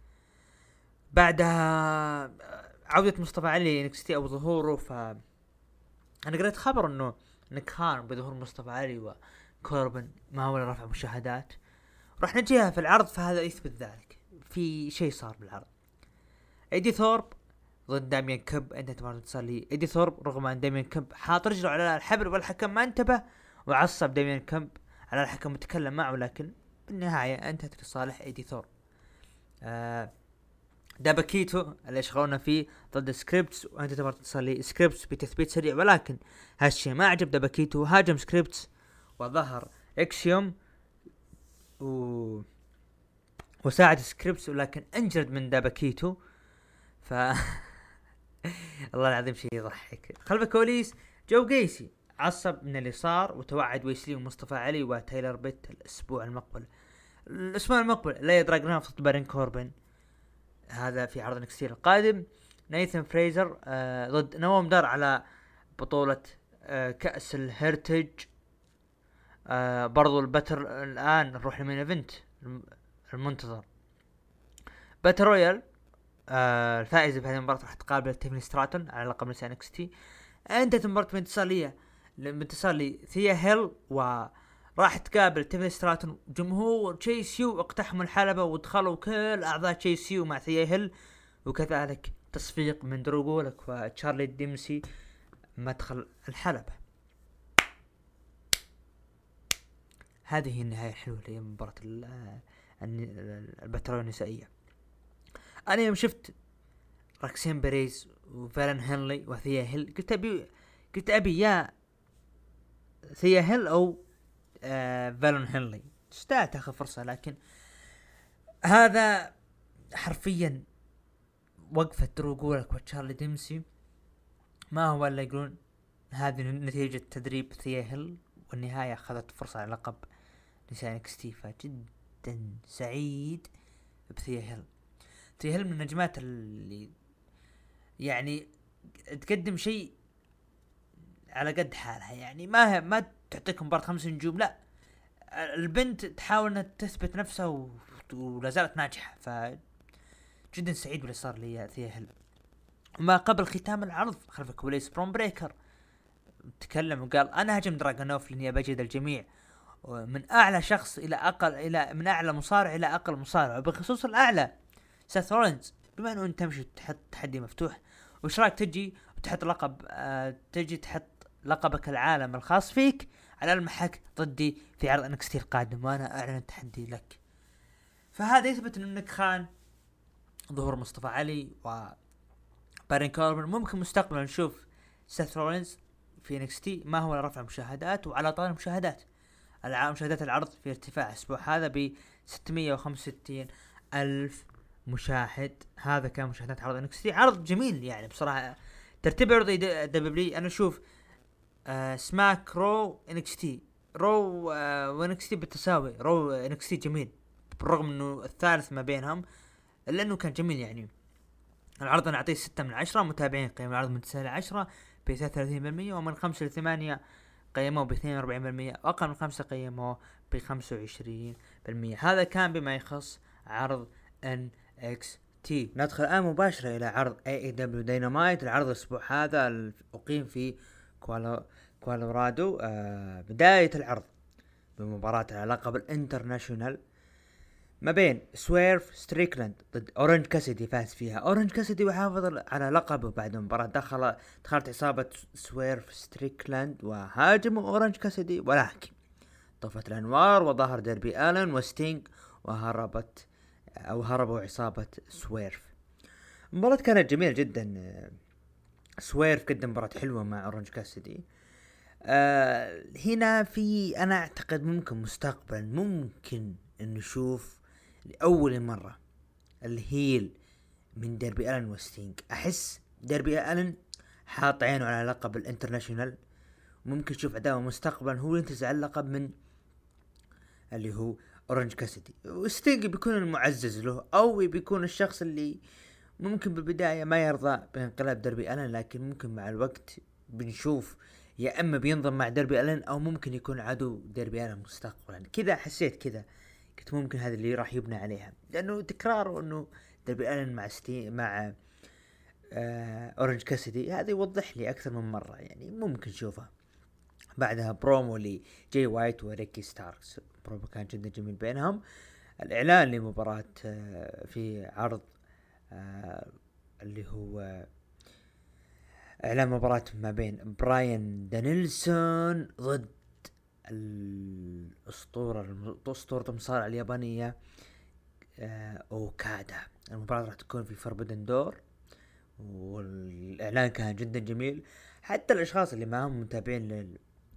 بعدها عودة مصطفى علي نكستي او ظهوره، ف انا قريت خبر انه نكهان بظهور مصطفى علي وكوربن ما هو رفع مشاهدات، راح نجيها في العرض، فهذا يثبت ذلك في شيء صار بالعرض. ايدي ثورب ضد داميان كب، انت تمام تصل لي ايدي ثورب رغم ان داميان كب حاط رجله على الحبل والحكم ما انتبه وعصب داميان كب على الحكم وتكلم معه، لكن بالنهاية انتهت لصالح ايدي ثورب. آه داباكيتو اللي يشغلون فيه ضد سكريبتس، وانت تبغى تصلي سكريبتس بتثبيت سريع، ولكن هالشيء ما عجب داباكيتو، هاجم سكريبتس وظهر اكسيوم و... وساعد سكريبتس، ولكن انجرد من داباكيتو. ف الله العظيم شيء يضحك. خلف الكواليس جو جيسي عصب من اللي صار وتوعد ويسلي ومصطفى علي وتايلر بيت الاسبوع المقبل الاسبوع المقبل لا يدراجنوف ضد بارين كوربن، هذا في عرض نكستير القادم. نايثن فريزر آه ضد نوام دار على بطولة آه كأس الهيرتج. آه برضو البتر الآن نروح لمين ايفنت المنتظر باتل رويال. آه الفائزة بهذه المباراة راح تقابل تيفني ستراتون على لقب نساء نكستي. انتهت المباراة بانتصارية بانتصار لثيا هيل، وراح تقابل تيفني ستراتون. جمهور تشيس يو اقتحموا الحلبة ودخلوا كل اعضاء تشيس يو مع ثيا هيل، وكذلك تصفيق من دروغولك وتشارلي ديمسي مدخل الحلبة. هذه النهاية الحلوة لمباراة الباتل النسائية. انا يوم شفت راكسين بيريز وفالن هنلي وثيا هيل قلت ابي قلت ابي يا ثيا هيل او آه فالن هنلي تستاهل تاخذ فرصة، لكن هذا حرفيا وقفة دروغولك وتشارلي ديمسي ما هو الا يقولون هذه نتيجة تدريب ثيا هيل، والنهاية اخذت فرصة على لقب نساء اكستيفا. جدا سعيد بثيا هيل. ثيا هيل من النجمات اللي يعني تقدم شيء على قد حالها، يعني ما ما تعطيكم مباراة خمس نجوم، لا البنت تحاول انها تثبت نفسها و... ولا زالت ناجحة. ف جدا سعيد باللي صار لي ثيا هيل. ما قبل ختام العرض خلف الكواليس برون بريكر تكلم وقال انا هجم دراغونوف لاني بجد الجميع من اعلى شخص الى اقل الى من اعلى مصارع الى اقل مصارع، وبخصوص الاعلى سيث رولينز، بما انه انت تمشي تحط تحدي مفتوح وش رايك تجي وتحط لقب آه تجي تحط لقبك العالم الخاص فيك على المحك ضدي في عرض انكستي القادم وانا اعلن تحدي لك. فهذا يثبت انك خان ظهور مصطفى علي و بارين كوربن. ممكن مستقبلا نشوف سيث رولينز في انكستي ما هو رفع مشاهدات، وعلى طار المشاهدات مشاهدات العرض في ارتفاع الاسبوع هذا ب ستمية وخمسة وستين الف مشاهد. هذا كان مشاهدات عرض انكستي، عرض جميل يعني بصراحة. ترتيب عرض دبليو انا اشوف آه سماك رو انكستي رو آه وانكستي بالتساوي. رو انكستي جميل بالرغم انه الثالث ما بينهم، لانه كان جميل يعني. العرض انا اعطيه ستة من عشرة، متابعين قيم العرض من تسعة إلى عشرة ب ثلاثة وثلاثين بالمية، ومن خمسة إلى ثمانية قيموه ب اثنين وأربعين بالمية، واقل من خمسة قيموه ب خمسة وعشرين بالمية. هذا كان بما يخص عرض إن إكس تي. ندخل الآن مباشرة إلى عرض إيه إي دبليو Dynamite. العرض الأسبوع هذا أقيم في كوالا كولورادو. آه بداية العرض بمباراة على لقب الانترناشونال ما بين سويرف ستريكلاند ضد اورنج كاسيدي. فاز فيها اورنج كاسيدي وحافظ على لقبه. بعد المباراة دخل دخلت عصابة سويرف ستريكلاند وهاجموا اورنج كاسيدي، ولكن طفت الانوار وظهر ديربي آلن وستينج وهربت او هربوا عصابة سويرف. المباراة كانت جميلة جدا. سويرف قدم مباراة حلوة مع اورنج كاسيدي. آه هنا في انا اعتقد ممكن مستقبلا ممكن ان نشوف لأول مرة الهيل من ديربي ألن وستينج. أحس ديربي ألن حاط عينه على لقب الانترناشونال، ممكن نشوف عداوة مستقبلا هو ينتزع اللقب من اللي هو اورنج كاسيدي. وستينج بيكون المعزز له، او بيكون الشخص اللي ممكن بالبداية ما يرضى بانقلاب ديربي ألن، لكن ممكن مع الوقت بنشوف يا اما بينضم مع ديربي ألن او ممكن يكون عدو ديربي ألن مستقبلا. كذا حسيت كذا، كنت ممكن هذا اللي راح يبنى عليها، لانه تكرار انه ديربي ألن مع ستي مع آه اورنج كاسيدي هذا يوضح لي اكثر من مرة، يعني ممكن نشوفها. بعدها برومو لي جاي وايت وريكي ستاركس، برومو كان جدا جميل بينهم. الاعلان لمباراة آه في عرض آه اللي هو آه اعلان مباراة ما بين براين دانيلسون ضد الاسطورة اسطورة المصارعة اليابانية آه اوكادا. المباراة راح تكون في فربدن دور، والاعلان كان جدا جميل. حتى الاشخاص اللي معهم متابعين لل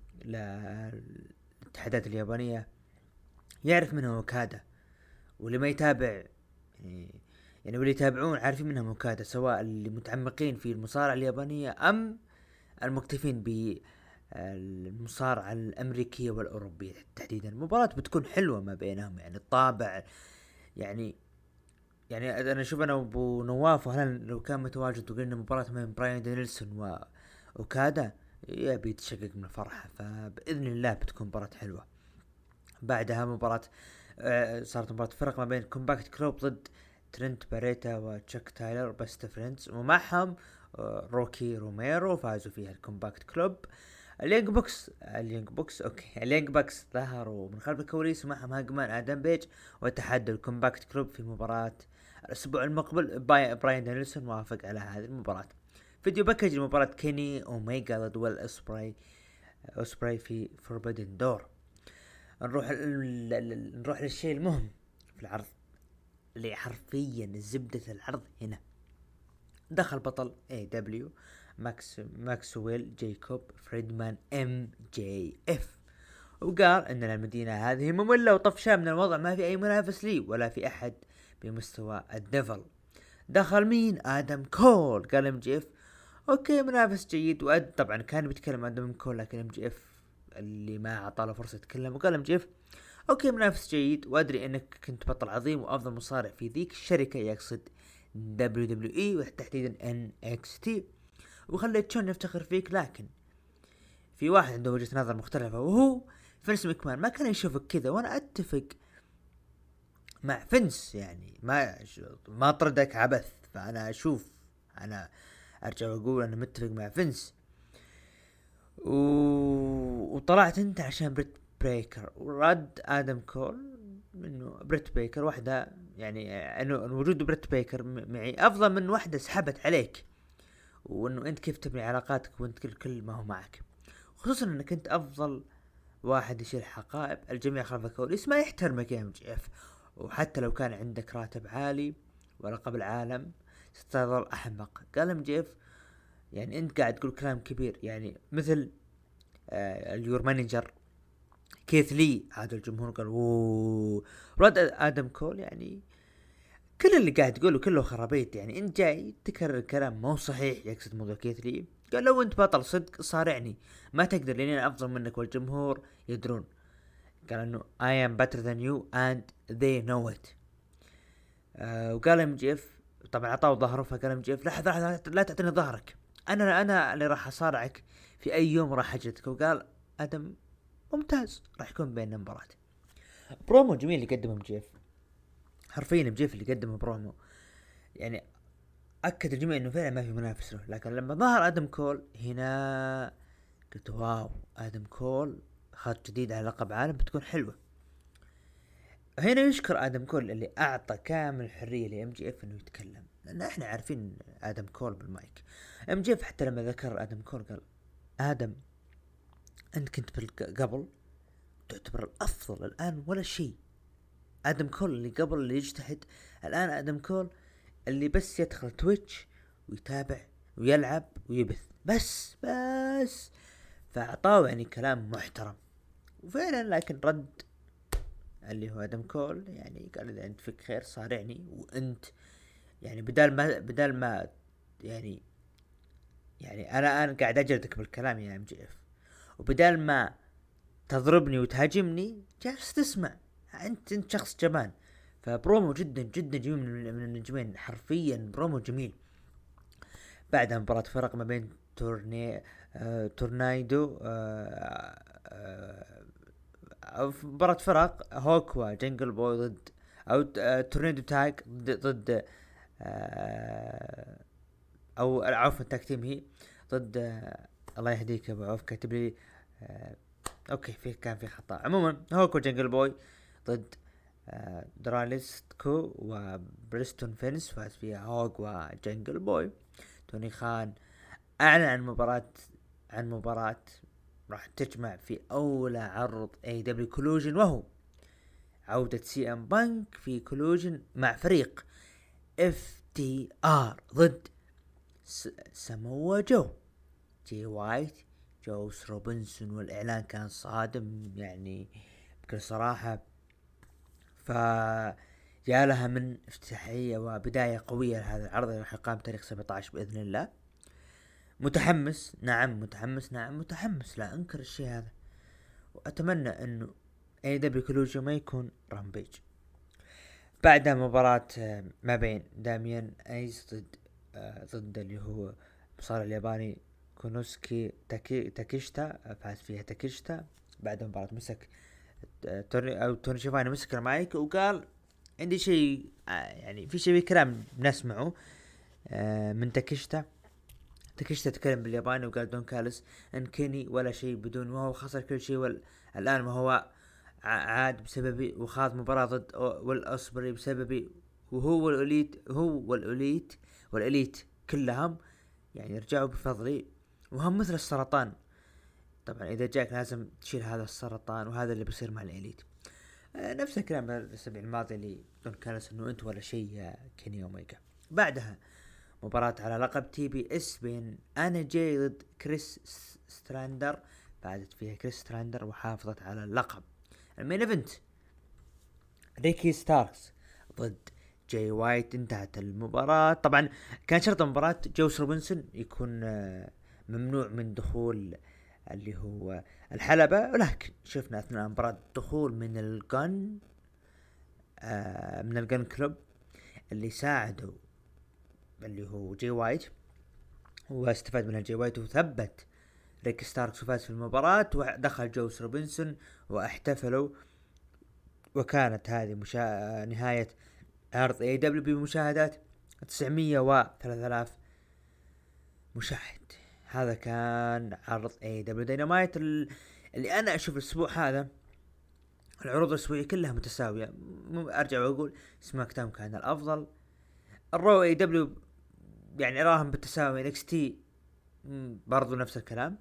للاتحادات اليابانية يعرف منه اوكادا، واللي ما يتابع يعني يعني واللي يتابعون عارفين منها اوكادا، سواء اللي متعمقين في المصارعة اليابانية ام المكتفين ب المصارعة الأمريكية والأوروبية تحديدا. المباراة بتكون حلوة ما بينهم، يعني الطابع يعني يعني أنا أشوف أنا وأبو نواف وهلا لو كان متواجد وقلنا مباراة بين براين دانيلسون وأوكادا يبي يتشقق من الفرحة، فبإذن الله بتكون مباراة حلوة. بعدها مباراة آه صارت مباراة فرق ما بين كومباكت كلوب ضد ترينت باريتا وتشاك تايلر بست فريندز، ومعهم آه روكي روميرو. فازوا فيها الكومباكت كلوب. اليانج بوكس اليانج بوكس اوكي اليانج بوكس ظهروا من خلف الكواليس ومعهم هاجمان ادم بيج، وتحدوا الكومباكت كلوب في مباراة الاسبوع المقبل. براين دانيلسون وافق على هذه المباراة. فيديو باكج لمباراة كيني اوميجا ضد ويل اسبراي اسبراي في فوربيدن دور. نروح ال... ال... نروح للشيء المهم في العرض اللي حرفيا زبدة العرض. هنا دخل بطل اي دبليو ماكس ماكسويل جايكوب فريدمان ام جي اف، وقال ان المدينة هذه مملة وطفشة من الوضع، ما في اي منافس لي ولا في احد بمستوى الديفل. دخل مين؟ ادم كول. قال ام جي اف اوكي منافس جيد، وأد طبعا كان بيتكلم ادم كول لكن ام جي اف اللي ما اعطى له فرصة يتكلم، وقال ام جي اف اوكي منافس جيد، وادري انك كنت بطل عظيم وافضل مصارع في ذيك الشركة، يقصد دبليو دبليو اي وتحديدا ان اكس تي، وخليت شون يفتخر فيك، لكن في واحد عنده وجهة نظر مختلفة وهو فينس مكمان. ما كان يشوفك كذا، وانا اتفق مع فينس، يعني ما ما طردك عبث. فانا اشوف انا ارجع واقول انا متفق مع فينس و... وطلعت انت عشان بريت بريكر. ورد ادم كول انه بريت بيكر واحدة، يعني انه وجود بريت بيكر معي افضل من واحدة سحبت عليك، وانه انت كيف تبني علاقاتك وانت كل كل ما هو معك، خصوصا انك انت افضل واحد يشيل حقائب. الجميع خلف الكواليس ما يحترمك يا ام جي اف، وحتى لو كان عندك راتب عالي ولقب العالم ستظل احمق. قال ام جي اف يعني انت قاعد تقول كلام كبير، يعني مثل آه اليور مانجر كيث لي. هذا الجمهور قال اوه. رد ادم كول يعني كل اللي قاعد تقوله كله خرابيط، يعني انت جاي تكرر كلام مو صحيح. يقصد موضوع كيث لي. قال لو انت بطل صدق صارعني، ما تقدر لاني انا افضل منك والجمهور يدرون. قال انه I am better than you and they know it. آه وقال ام جي اف طبعا عطاه ظهره، فقال ام جي اف لحظة لحظة لا تعطيني ظهرك، انا انا اللي راح اصارعك في اي يوم راح اجلدك. وقال ادم ممتاز راح يكون بين مباراة. برومو جميل اللي قدمه مجيف، حرفيا مجيف اللي قدمه برومو يعني اكد الجميع انه فعلا ما في منافس له. لكن لما ظهر ادم كول هنا قلت واو، ادم كول خط جديد على لقب عالم بتكون حلوة. هنا يشكر ادم كول اللي اعطى كامل الحرية لام جي اف انه يتكلم، لان احنا عارفين ادم كول بالمايك. ام جي اف حتى لما ذكر ادم كول قال ادم انت كنت قبل تعتبر الافضل، الان ولا شيء. ادم كول اللي قبل اللي يجتهد، الان ادم كول اللي بس يدخل تويتش ويتابع ويلعب ويبث بس بس. فاعطاه يعني كلام محترم وفعلا. لكن رد اللي هو ادم كول يعني قال اذا انت فيك خير صارعني، وانت يعني بدال ما بدال ما يعني يعني انا انا قاعد اجلدك بالكلام يا ام جي اف، وبدال ما تضربني وتهاجمني جالس تسمع. انت انت شخص جبان. فبرومو جدا جدا جميل من النجمين، حرفيا برومو جميل. بعدها مباراة فرق ما بين تورني آه تورنايدو آه آه مباراة فرق هوك وجنجل بوي ضد او آه تورنيدو تاج ضد, ضد آه او عفوا تاك تيم هي ضد آه الله يهديك يا ابو عوف كاتب لي آه اوكي في كان في خطأ. عموما هوك وجنجل بوي ضد آه دراليستكو وبريستون فينس، فاز فيها هوك وجنجل بوي. توني خان اعلن عن مباراة عن مباراة راح تجمع في اولى عرض اي دبليو كولوجن، وهو عودة سي ام بانك في كولوجن مع فريق اف تي ار ضد ساموا جو، جي وايت، جوس روبنسون. والاعلان كان صادم يعني بكل صراحة. ف يا لها من افتتاحية وبداية قوية لهذا العرض اللي راح يقام تاريخ سبعة عشر بإذن الله. متحمس نعم متحمس نعم متحمس لا انكر الشيء هذا، واتمنى انه اي دبليو كلوجن ما يكون رامبيج. بعدها مباراة ما بين داميان ايز ضد آه ضد اللي هو مصارع الياباني كونوسكي تاكي تاكيشتا، فاز فيها تاكيشتا. بعد مباراة مسك توني او توني شيفاني مسك المايك وقال عندي شيء آه يعني في شيء كلام نسمعه آه من تاكيشتا. تاكيشتا تكلم بالياباني وقال دون كالس ان كيني ولا شيء بدون، وهو خسر كل شيء والان ما هو عاد بسببي، وخاض مباراة ضد والأصبري بسببي، وهو والأوليت هو والأوليت والأليت كلهم يعني رجعوا بفضلي، وهم مثل السرطان. طبعا إذا جاك لازم تشيل هذا السرطان، وهذا اللي بيصير مع الأليت. آه نفس الكلام الأسبوع الماضي اللي دون كالس إنه أنت ولا شيء يا كيني أوميجا. بعدها مباراة على لقب تي بي اس بين انا جاي ضد كريس ستراندر، فازت فيها كريس ستراندر وحافظت على اللقب. المين ايفنت ريكي ستاركس ضد جاي وايت. انتهت المباراة. طبعا كان شرط المباراة جوس روبنسون يكون ممنوع من دخول اللي هو الحلبة، ولكن شفنا اثناء المباراة دخول من الجن آه من الجن كلوب اللي ساعدوا اللي هو جاي وايت، واستفاد من الجي وايت وثبت ريك ستاركس وفاز في المباراة. ودخل جوس روبنسون واحتفلوا، وكانت هذه مشا... نهاية عرض اي دبليو بمشاهدات تسعمية وثلاثة آلاف مشاهد. هذا كان عرض اي دبليو داينامايت اللي انا اشوف الاسبوع هذا العروض الاسبوعية كلها متساوية. ارجع واقول سماك داون كان الافضل، الرو اي دبليو يعني اراهم بالتساوي، انكس تي برضو نفس الكلام.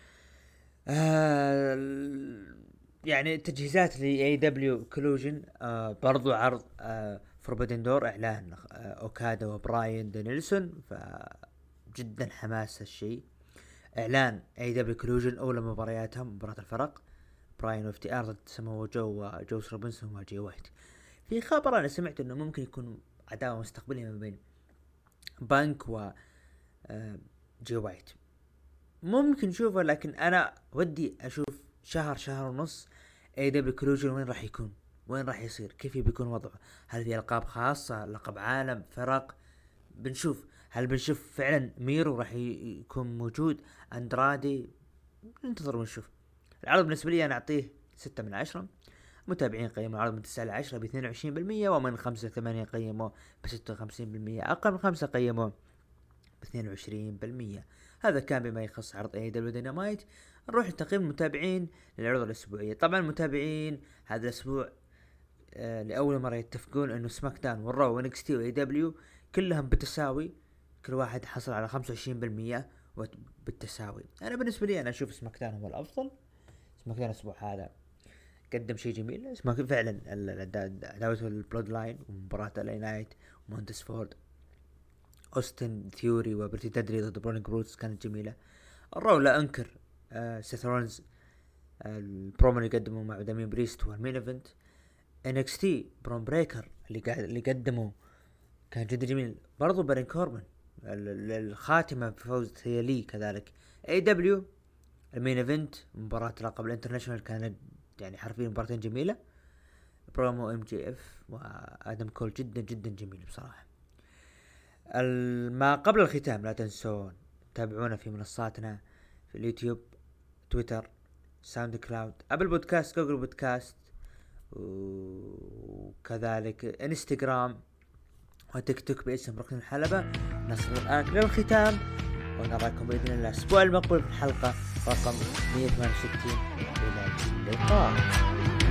آه يعني تجهيزات ل اي دبليو كولوجن آه برضو عرض آه فوربيدن دور، اعلان آه اوكادا وبراين دانيلسون، فجدا حماس الشيء. اعلان اي دبليو كولوجن اولى مبارياتهم مباراة الفرق براين واف تي ار ضد سامو جو وجوس روبنسون وجي وايت. في خبر انا سمعت انه ممكن يكون عداوة مستقبلية ما بين بانك و آه جي وايت، ممكن نشوفه. لكن انا ودي اشوف شهر شهر ونص اي دبليو كلوجن وين راح يكون، وين راح يصير، كيف بيكون وضعه، هل في القاب خاصة، لقب عالم، فرق. بنشوف هل بنشوف فعلا ميرو راح يكون موجود، اندرادي، ننتظر ونشوف. العرض بالنسبة لي أنا أعطيه ستة من عشرة. متابعين قيموا العرض من تسعة إلى عشرة باثنين وعشرين بالمية، ومن خمسة ثمانية قيموا بستة وخمسين بالمية، أقل من خمسة قيموا باثنين وعشرين بالمية. هذا كان بما يخص عرض اي دبليو دينامايت. نروح لتقييم المتابعين للعروض الأسبوعية. طبعا المتابعين هذا الأسبوع آه لأول مرة يتفقون أنه سماك داون والرو ونكس تي واي دبليو كلهم بالتساوي، كل واحد حصل على خمسة وعشرين بالمية بالتساوي. أنا بالنسبة لي أنا أشوف سماك داون هو الأفضل. سماك داون الأسبوع هذا قدم شيء جميل. سماك فعلا عداوة البلود لاين ومباراة الاي نايت ومونتس فورد، أوستن ثيوري وبرتي تدري ضد بروني بروتس كانت جميلة. الرو لا أنكر آه سيث رولينز آه البرومو اللي قدمه مع دامين بريست والمين ايفنت. ان اكس تي برون بريكر اللي قاعد اللي قدمه كان جدا جميل برضو. بارين كوربن الخاتمة في فوز هي لي كذلك. اي دبليو المين ايفنت مباراة لقب الانترناشونال كانت يعني حرفيا مباراتين جميلة. برومو ام جي اف وادم كول جدا جدا جميل بصراحة. ما قبل الختام لا تنسون تابعونا في منصاتنا في اليوتيوب، تويتر، ساوند كلاود، ابل بودكاست، جوجل بودكاست، وكذلك انستغرام وتيك توك باسم ركن الحلبة. نصل الآن للختام ونراكم بإذن الله الأسبوع المقبل في الحلقة رقم مئة وثمانية وستين. إلى اللقاء.